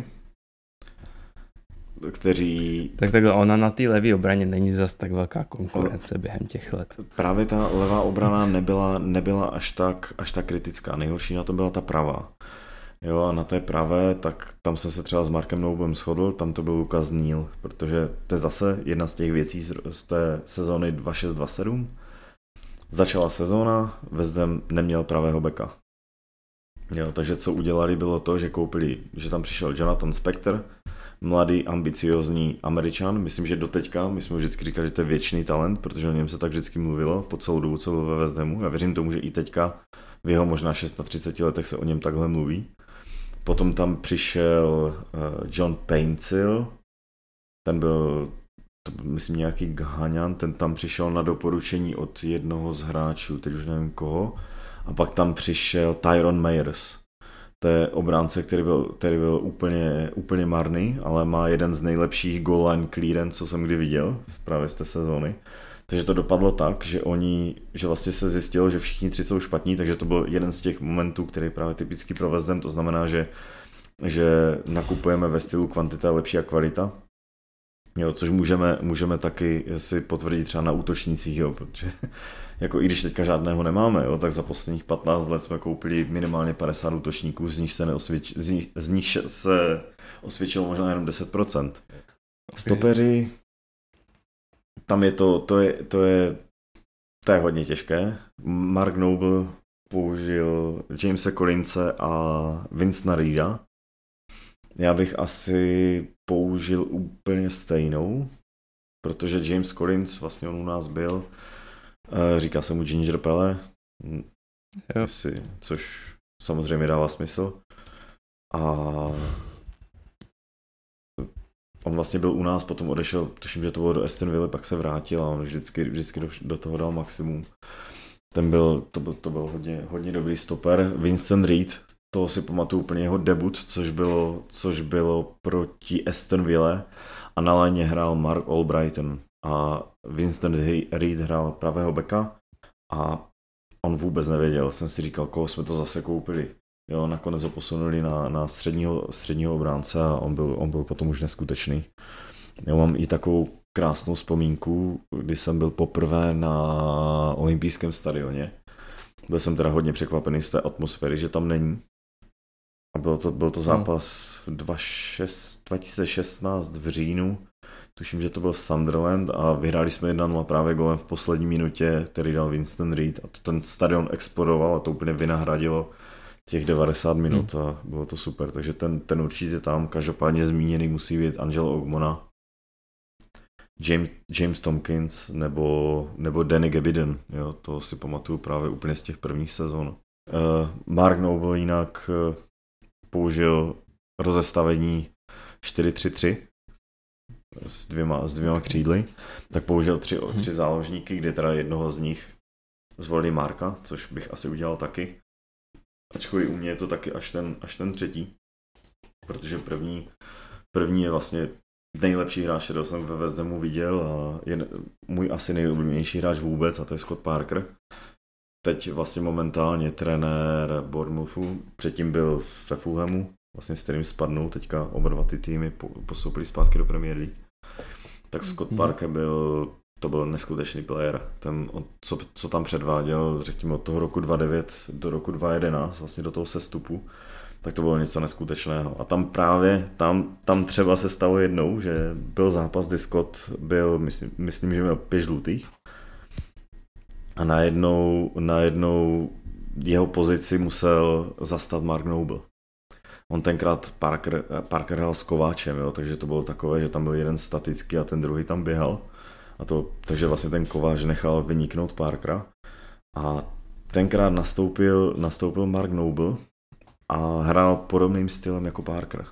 kteří... Tak takhle, ona na té levé obraně není zas tak velká konkurence během těch let. Právě ta levá obrana nebyla, nebyla až, tak, až tak kritická, nejhorší na to byla ta pravá. Jo, a na té pravé, tak tam jsem se třeba s Markem Noblem shodl, tam to byl Lucas Neal, protože to je zase jedna z těch věcí z, z té sezóny dvacet šest dvacet sedm. začala sezóna, West Ham neměl pravého beka. Jo, takže co udělali, bylo to, že koupili, že tam přišel Jonathan Spector, mladý, ambiciozní Američan, myslím, že doteďka, my jsme vždycky říkali, že to je věčný talent, protože o něm se tak vždycky mluvilo po celou dobu, co byl ve West Hamu. Já věřím tomu, že i teďka v jeho možná třiceti šesti letech se o něm takhle mluví. Potom tam přišel John Paintsil, ten byl, to byl myslím nějaký Ghaňan, ten tam přišel na doporučení od jednoho z hráčů, teď už nevím koho. A pak tam přišel Tyrone Myers. To je obránce, který byl, který byl úplně, úplně marný, ale má jeden z nejlepších goal line clearance, co jsem kdy viděl právě z té sezóny. Takže to dopadlo tak, že oni, že vlastně se zjistilo, že všichni tři jsou špatní, takže to byl jeden z těch momentů, který je právě typický pro West Ham, to znamená, že, že nakupujeme ve stylu kvantita lepší a kvalita. Jo, což můžeme, můžeme taky si potvrdit třeba na útočnících, jo, protože jako i když teďka žádného nemáme, jo, tak za posledních patnáct let jsme koupili minimálně padesát útočníků, z nich se, neosvědč, z nich, z nich se osvědčilo možná jenom deset procent. Okay. Stopeři, tam je to, to je, to je, to je hodně těžké. Mark Noble použil Jamese Collinse a Vincenta Reeda. Já bych asi použil úplně stejnou, protože James Collins, vlastně on u nás byl, říká se mu Ginger Pele, si, což samozřejmě dává smysl. A on vlastně byl u nás, potom odešel, tuším, že to bylo do Aston Villa, pak se vrátil a on vždycky, vždycky do, do toho dal maximum. Ten byl, to byl, to byl hodně, hodně dobrý stoper. Vincent Reed, toho si pamatuju úplně jeho debut, což bylo, což bylo proti Aston Ville a na léně hrál Mark Albrighton a Vincent Reed hrál pravého beka a on vůbec nevěděl. Jsem si říkal, koho jsme to zase koupili. Jo, nakonec ho posunuli na, na středního, středního obránce a on byl, on byl potom už neskutečný. Já mám i takovou krásnou vzpomínku, kdy jsem byl poprvé na olympijském stadioně. Byl jsem teda hodně překvapený z té atmosféry, že tam není. A byl to, byl to zápas dva tisíce šestnáct v říjnu. Tuším, že to byl Sunderland a vyhráli jsme jedna nula právě golem v poslední minutě, který dal Vincent Reed a to ten stadion explodoval a to úplně vynahradilo těch devadesát minut hmm. a bylo to super, takže ten, ten určitě tam, každopádně zmíněný musí být Angelo Ogbonna, James, James Tompkins nebo, nebo Danny Gabidon, jo, to si pamatuju právě úplně z těch prvních sezon. Uh, Mark Noble jinak uh, použil rozestavení čtyři tři tři s dvěma, s dvěma křídly, tak použil tři, hmm. tři záložníky, kde teda jednoho z nich zvolili Marka, což bych asi udělal taky. Ačkoliv u mě je to taky až ten, až ten třetí, protože první, první je vlastně nejlepší hráč, kterého jsem ve West Hamu viděl a je můj asi nejoblíbenější hráč vůbec a to je Scott Parker. Teď vlastně momentálně trenér Bournemouthu, předtím byl ve Fulhamu, vlastně s kterým spadnou, teďka oba dva ty týmy postoupili zpátky do Premier League. Tak Scott mm-hmm. Parker byl, to byl neskutečný player. Ten, co, co tam předváděl, řekněme od toho roku dva tisíce devět do roku dva tisíce jedenáct, vlastně do toho sestupu, tak to bylo něco neskutečného. A tam právě, tam, tam třeba se stalo jednou, že byl zápas, kdy Scott byl, myslím, myslím že měl pět žlutých a najednou, najednou jeho pozici musel zastat Mark Noble. On tenkrát Parker, Parker hrál s Kováčem, jo, takže to bylo takové, že tam byl jeden statický a ten druhý tam běhal. A to, takže vlastně ten Kováč nechal vyniknout Parkera. A tenkrát nastoupil, nastoupil Mark Noble a hrál podobným stylem jako Parker.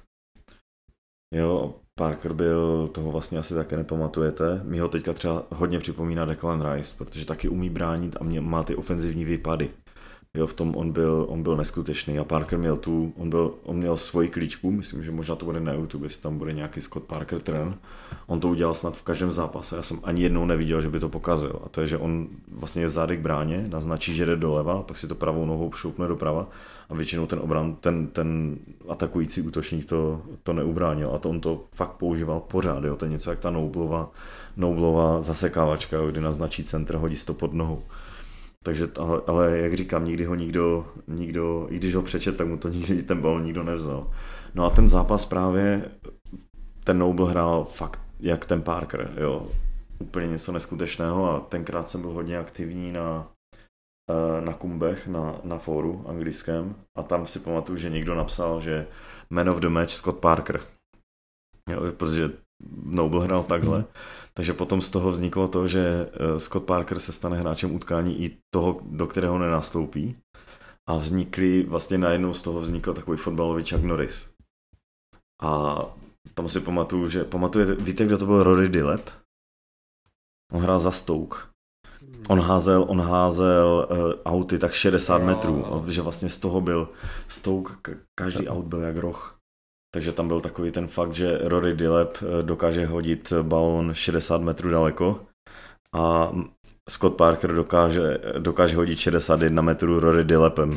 Jo, Parker byl, toho vlastně asi také nepamatujete, mi ho teďka třeba hodně připomíná Declan Rice, protože taky umí bránit a mě, má ty ofenzivní výpady. Jo, v tom on byl, on byl neskutečný a Parker měl tu, on, byl, on měl svoji klíčku, myslím, že možná to bude na YouTube, jestli tam bude nějaký Scott Parker trend. On to udělal snad v každém zápase, já jsem ani jednou neviděl, že by to pokazil. A to je, že on vlastně je zády k bráně, naznačí, že jde doleva, pak si to pravou nohou šoupne doprava a většinou ten obran, ten, ten atakující útočník to, to neubránil a to on to fakt používal pořád, jo, to je něco jak ta Noblová, Noblová zasekávačka, jo, kdy naznačí centr, hodí to pod nohou. Takže, ale, ale jak říkám, nikdy ho nikdo, nikdo, i když ho přečet, tak mu to nikdy ten balon nikdo nevzal. No a ten zápas právě, ten Noble hrál fakt jak ten Parker, jo, úplně něco neskutečného a tenkrát jsem byl hodně aktivní na, na Kumbech, na, na fóru anglickém a tam si pamatuju, že někdo napsal, že man of the match Scott Parker. Jo, protože Noble hrál takhle. Mm. Takže potom z toho vzniklo to, že Scott Parker se stane hráčem utkání i toho, do kterého nenastoupí. A vznikly, vlastně najednou z toho vznikl takový fotbalový Chuck Norris. A tam si pamatuju, že pamatujete, víte, kdo to byl Rory Dillep? On hrál za Stoke. On házel, on házel uh, auty tak šedesát metrů, že vlastně z toho byl Stoke, každý aut byl jak roh. Takže tam byl takový ten fakt, že Rory Dillep dokáže hodit balón šedesát metrů daleko a Scott Parker dokáže, dokáže hodit šedesát jedna metrů Rory Dillepem.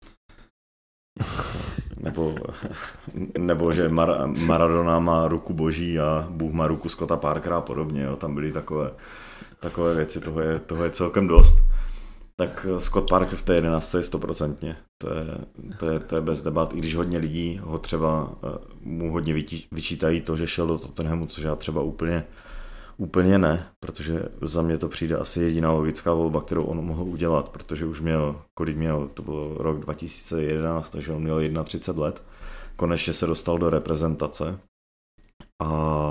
Nebo, nebo že Mar- Maradona má ruku boží a Bůh má ruku Scotta Parkera a podobně. Jo. Tam byly takové, takové věci, toho je, toho je celkem dost. Tak Scott Parker v té jedenáctce je stoprocentně. To je, to, je, to je bez debat, i když hodně lidí ho třeba mu hodně vyčítají to, že šel do Tottenhamu, což já třeba úplně, úplně ne, protože za mě to přijde asi jediná logická volba, kterou on mohl udělat, protože už měl, kolik měl, to bylo rok dva tisíce jedenáct, takže on měl třicet jedna let. Konečně se dostal do reprezentace a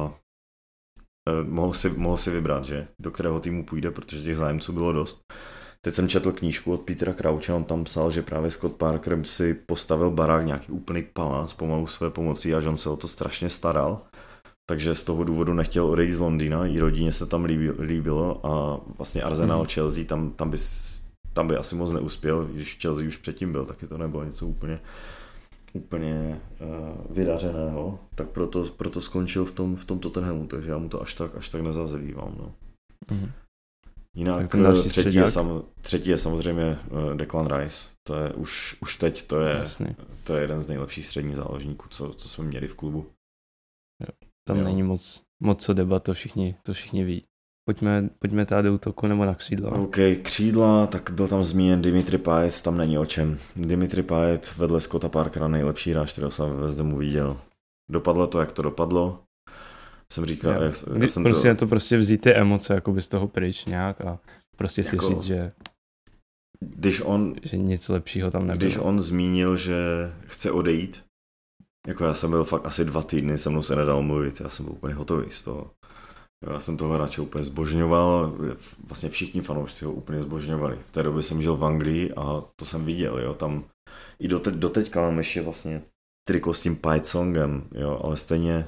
mohl si, mohl si vybrat, že do kterého týmu půjde, protože těch zájemců bylo dost. Teď jsem četl knížku od Petera Croucha, on tam psal, že právě Scott Parker si postavil barák, nějaký úplný palác pomalu své pomocí a že on se o to strašně staral. Takže z toho důvodu nechtěl odejít z Londýna, i rodině se tam líbilo a vlastně Arsenal, mm. Chelsea, tam, tam, by, tam by asi moc neuspěl, když Chelsea už předtím byl, taky to nebylo něco úplně, úplně uh, vydařeného, tak proto, proto skončil v tom, v tom Tottenhamu, takže já mu to až tak, až tak nezazlívám. No. Mm. Jinak třetí je, sam, třetí je samozřejmě Declan Rice, to je už, už teď, to je, to je jeden z nejlepších středních záložníků, co, co jsme měli v klubu. Jo, tam jo. Není moc, moc co debat, to všichni, to všichni ví. Pojďme, pojďme tady do útoku nebo na křídla. OK, křídla, tak byl tam zmíněn Dimitri Payet, tam není o čem. Dimitri Payet vedle Scotta Parkera nejlepší hráč, kterého jsem ve West Hamu viděl. Dopadlo to, jak to dopadlo. Jsem říkal, já, jak, jak jsem prostě to... to prostě vzít ty emoce jakoby z toho pryč nějak a prostě si jako, říct, že když on, že nic lepšího tam nebylo. Když on zmínil, že chce odejít, jako já jsem byl fakt asi dva týdny, se mnou se nedal mluvit, já jsem byl úplně hotový z toho. Já jsem toho hráče úplně zbožňoval, vlastně všichni fanoušci ho úplně zbožňovali. V té době jsem žil v Anglii a to jsem viděl, jo, tam i doteď, doteďka mám ještě vlastně triko s tím Payet songem, jo, ale stejně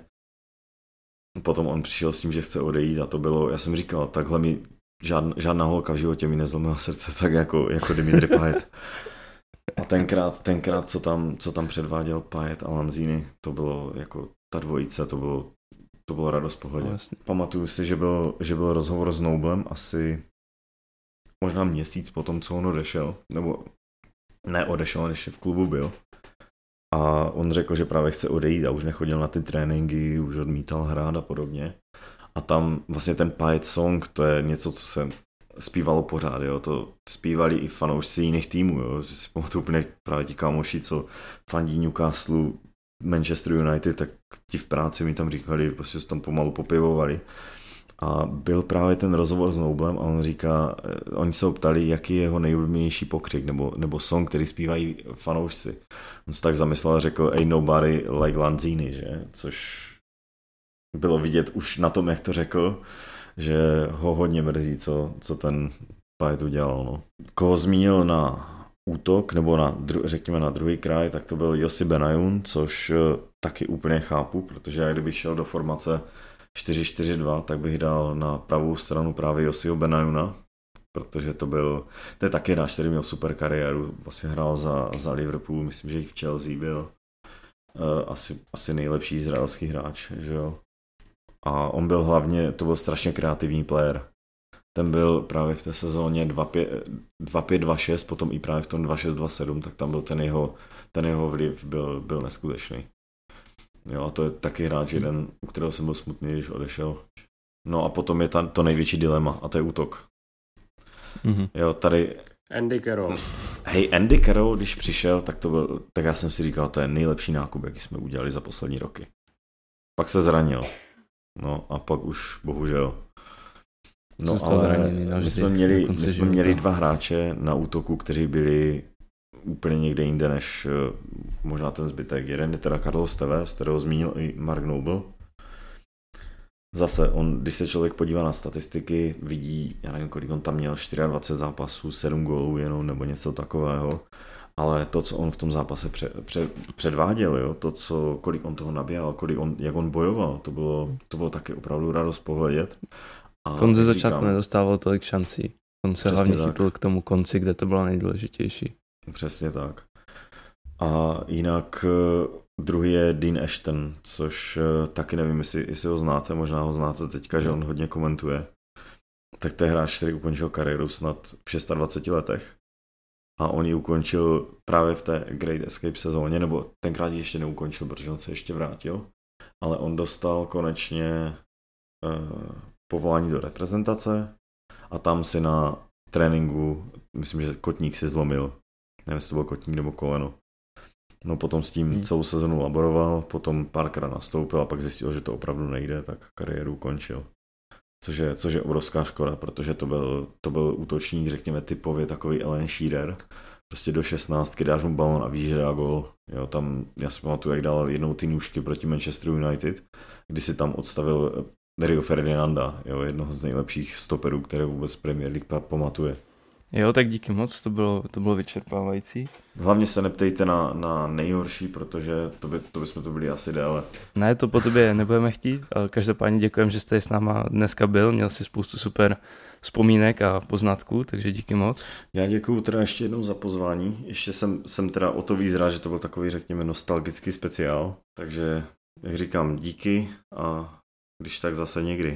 potom on přišel s tím, že chce odejít a to bylo, já jsem říkal, takhle mi žádná, žádná holka v životě mi nezlomila srdce tak jako, jako Dimitri Payet. A tenkrát, tenkrát co, tam, co tam předváděl Payet a Lanzini, to bylo jako ta dvojice, to bylo, to bylo radost pohodě. No, pamatuju si, že byl, že byl rozhovor s Noblem asi možná měsíc potom, co on odešel, nebo ne odešel, než v klubu byl. A on řekl, že právě chce odejít a už nechodil na ty tréninky, už odmítal hrát a podobně. A tam vlastně ten Payet song, to je něco, co se zpívalo pořád, jo. To zpívali i fanoušci jiných týmů, jo. Že si pamatuju úplně právě ti kámoši, co fandí Newcastle, Manchester United, tak ti v práci mi tam říkali, prostě se tam pomalu popivovali. A byl právě ten rozhovor s Noblem a on říká, oni se ho ptali, jaký je jeho nejoblíbenější pokřik nebo, nebo song, který zpívají fanoušci. On se tak zamyslel a řekl, ain't nobody like Lanzini, že? Což bylo vidět už na tom, jak to řekl, že ho hodně mrzí, co, co ten Payet udělal. No. Koho zmínil na útok, nebo na, řekněme na druhý kraj, tak to byl Yossi Benayoun, což taky úplně chápu, protože já kdybych šel do formace čtyři čtyři dva, tak bych dal na pravou stranu právě Yossiho Benayouna, protože to byl, to je taky hráč, který měl super kariéru, vlastně hrál za, za Liverpool, myslím, že i v Chelsea byl uh, asi, asi nejlepší izraelský hráč, že jo. A on byl hlavně, to byl strašně kreativní player. Ten byl právě v té sezóně dva pět dva šest, potom i právě v tom dva šest dva sedm, tak tam byl ten jeho, ten jeho vliv byl, byl neskutečný. Jo, a to je taky hráč jeden, u kterého jsem byl smutný, když odešel. No a potom je tam to největší dilema a to je útok. Mm-hmm. Jo, tady... Andy Carroll. Hej, Andy Carroll, když přišel, tak to byl, tak já jsem si říkal, to je nejlepší nákup, jaký jsme udělali za poslední roky. Pak se zranil. No a pak už, bohužel. No, zůstal ale zraněný navždy. My jsme měli, my jsme měli dva hráče na útoku, kteří byli úplně někde jinde než uh, možná ten zbytek. Jeden je teda Carlos Tevez, kterého zmínil i Mark Noble. Zase, on, když se člověk podívá na statistiky, vidí, já nevím, kolik on tam měl, dvacet čtyři zápasů, sedm gólů jenom, nebo něco takového. Ale to, co on v tom zápase před, před, předváděl, jo, to, co, kolik on toho nabíjal, kolik on, jak on bojoval, to bylo, to bylo taky opravdu radost pohledět. On ze začátku nedostával tolik šancí. On se hlavně tak chytl k tomu konci, kde to bylo nejdůležitější. Přesně tak. A jinak druhý je Dean Ashton, což taky nevím, jestli, jestli ho znáte, možná ho znáte teďka, že on hodně komentuje. Tak to je hráč, který ukončil kariéru snad v dvaceti šesti letech. A on ji ukončil právě v té Great Escape sezóně, nebo tenkrát ji ještě neukončil, protože on se ještě vrátil. Ale on dostal konečně eh, povolání do reprezentace a tam si na tréninku, myslím, že kotník si zlomil. Nevím, jestli to byl kotník nebo koleno. No potom s tím hmm. celou sezonu laboroval, potom párkrát nastoupil a pak zjistil, že to opravdu nejde, tak kariéru ukončil. Což je, což je obrovská škoda, protože to byl, to byl útočník, řekněme typově takový Alan Shearer. Prostě do šestnáctky dáš mu balon a víš, že dá gól. Jo, tam, já si pamatuju, jak dal jednou ty nůžky proti Manchester United, kdy si tam odstavil Rio Ferdinanda, jo, jednoho z nejlepších stoperů, které vůbec Premier League pamatuje. Jo, tak díky moc, to bylo, to bylo vyčerpávající. Hlavně se neptejte na, na nejhorší, protože to, by, to bychom to byli asi déle. Ne, to po tobě nebudeme chtít, ale každopádně děkujeme, že jste s náma dneska byl, měl si spoustu super vzpomínek a poznatků, takže díky moc. Já děkuju teda ještě jednou za pozvání, ještě jsem, jsem teda o to víc rád, že to byl takový, řekněme, nostalgický speciál, takže jak říkám, díky a když tak zase někdy.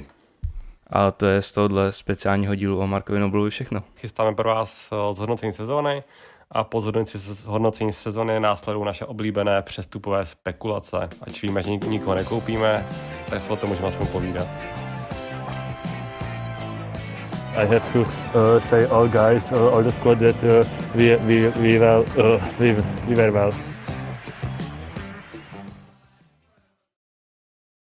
A to je z tohohle speciálního dílu o Markovi Noblovi všechno. Chystáme pro vás zhodnocení sezóny a po zhodnocení sezóny následují naše oblíbené přestupové spekulace. Ať víme, že nikoho nekoupíme, tak se o tom můžeme aspoň povídat. I have to uh, say all guys, uh, all the squad that uh, we, we, we, well, uh, we, we were well.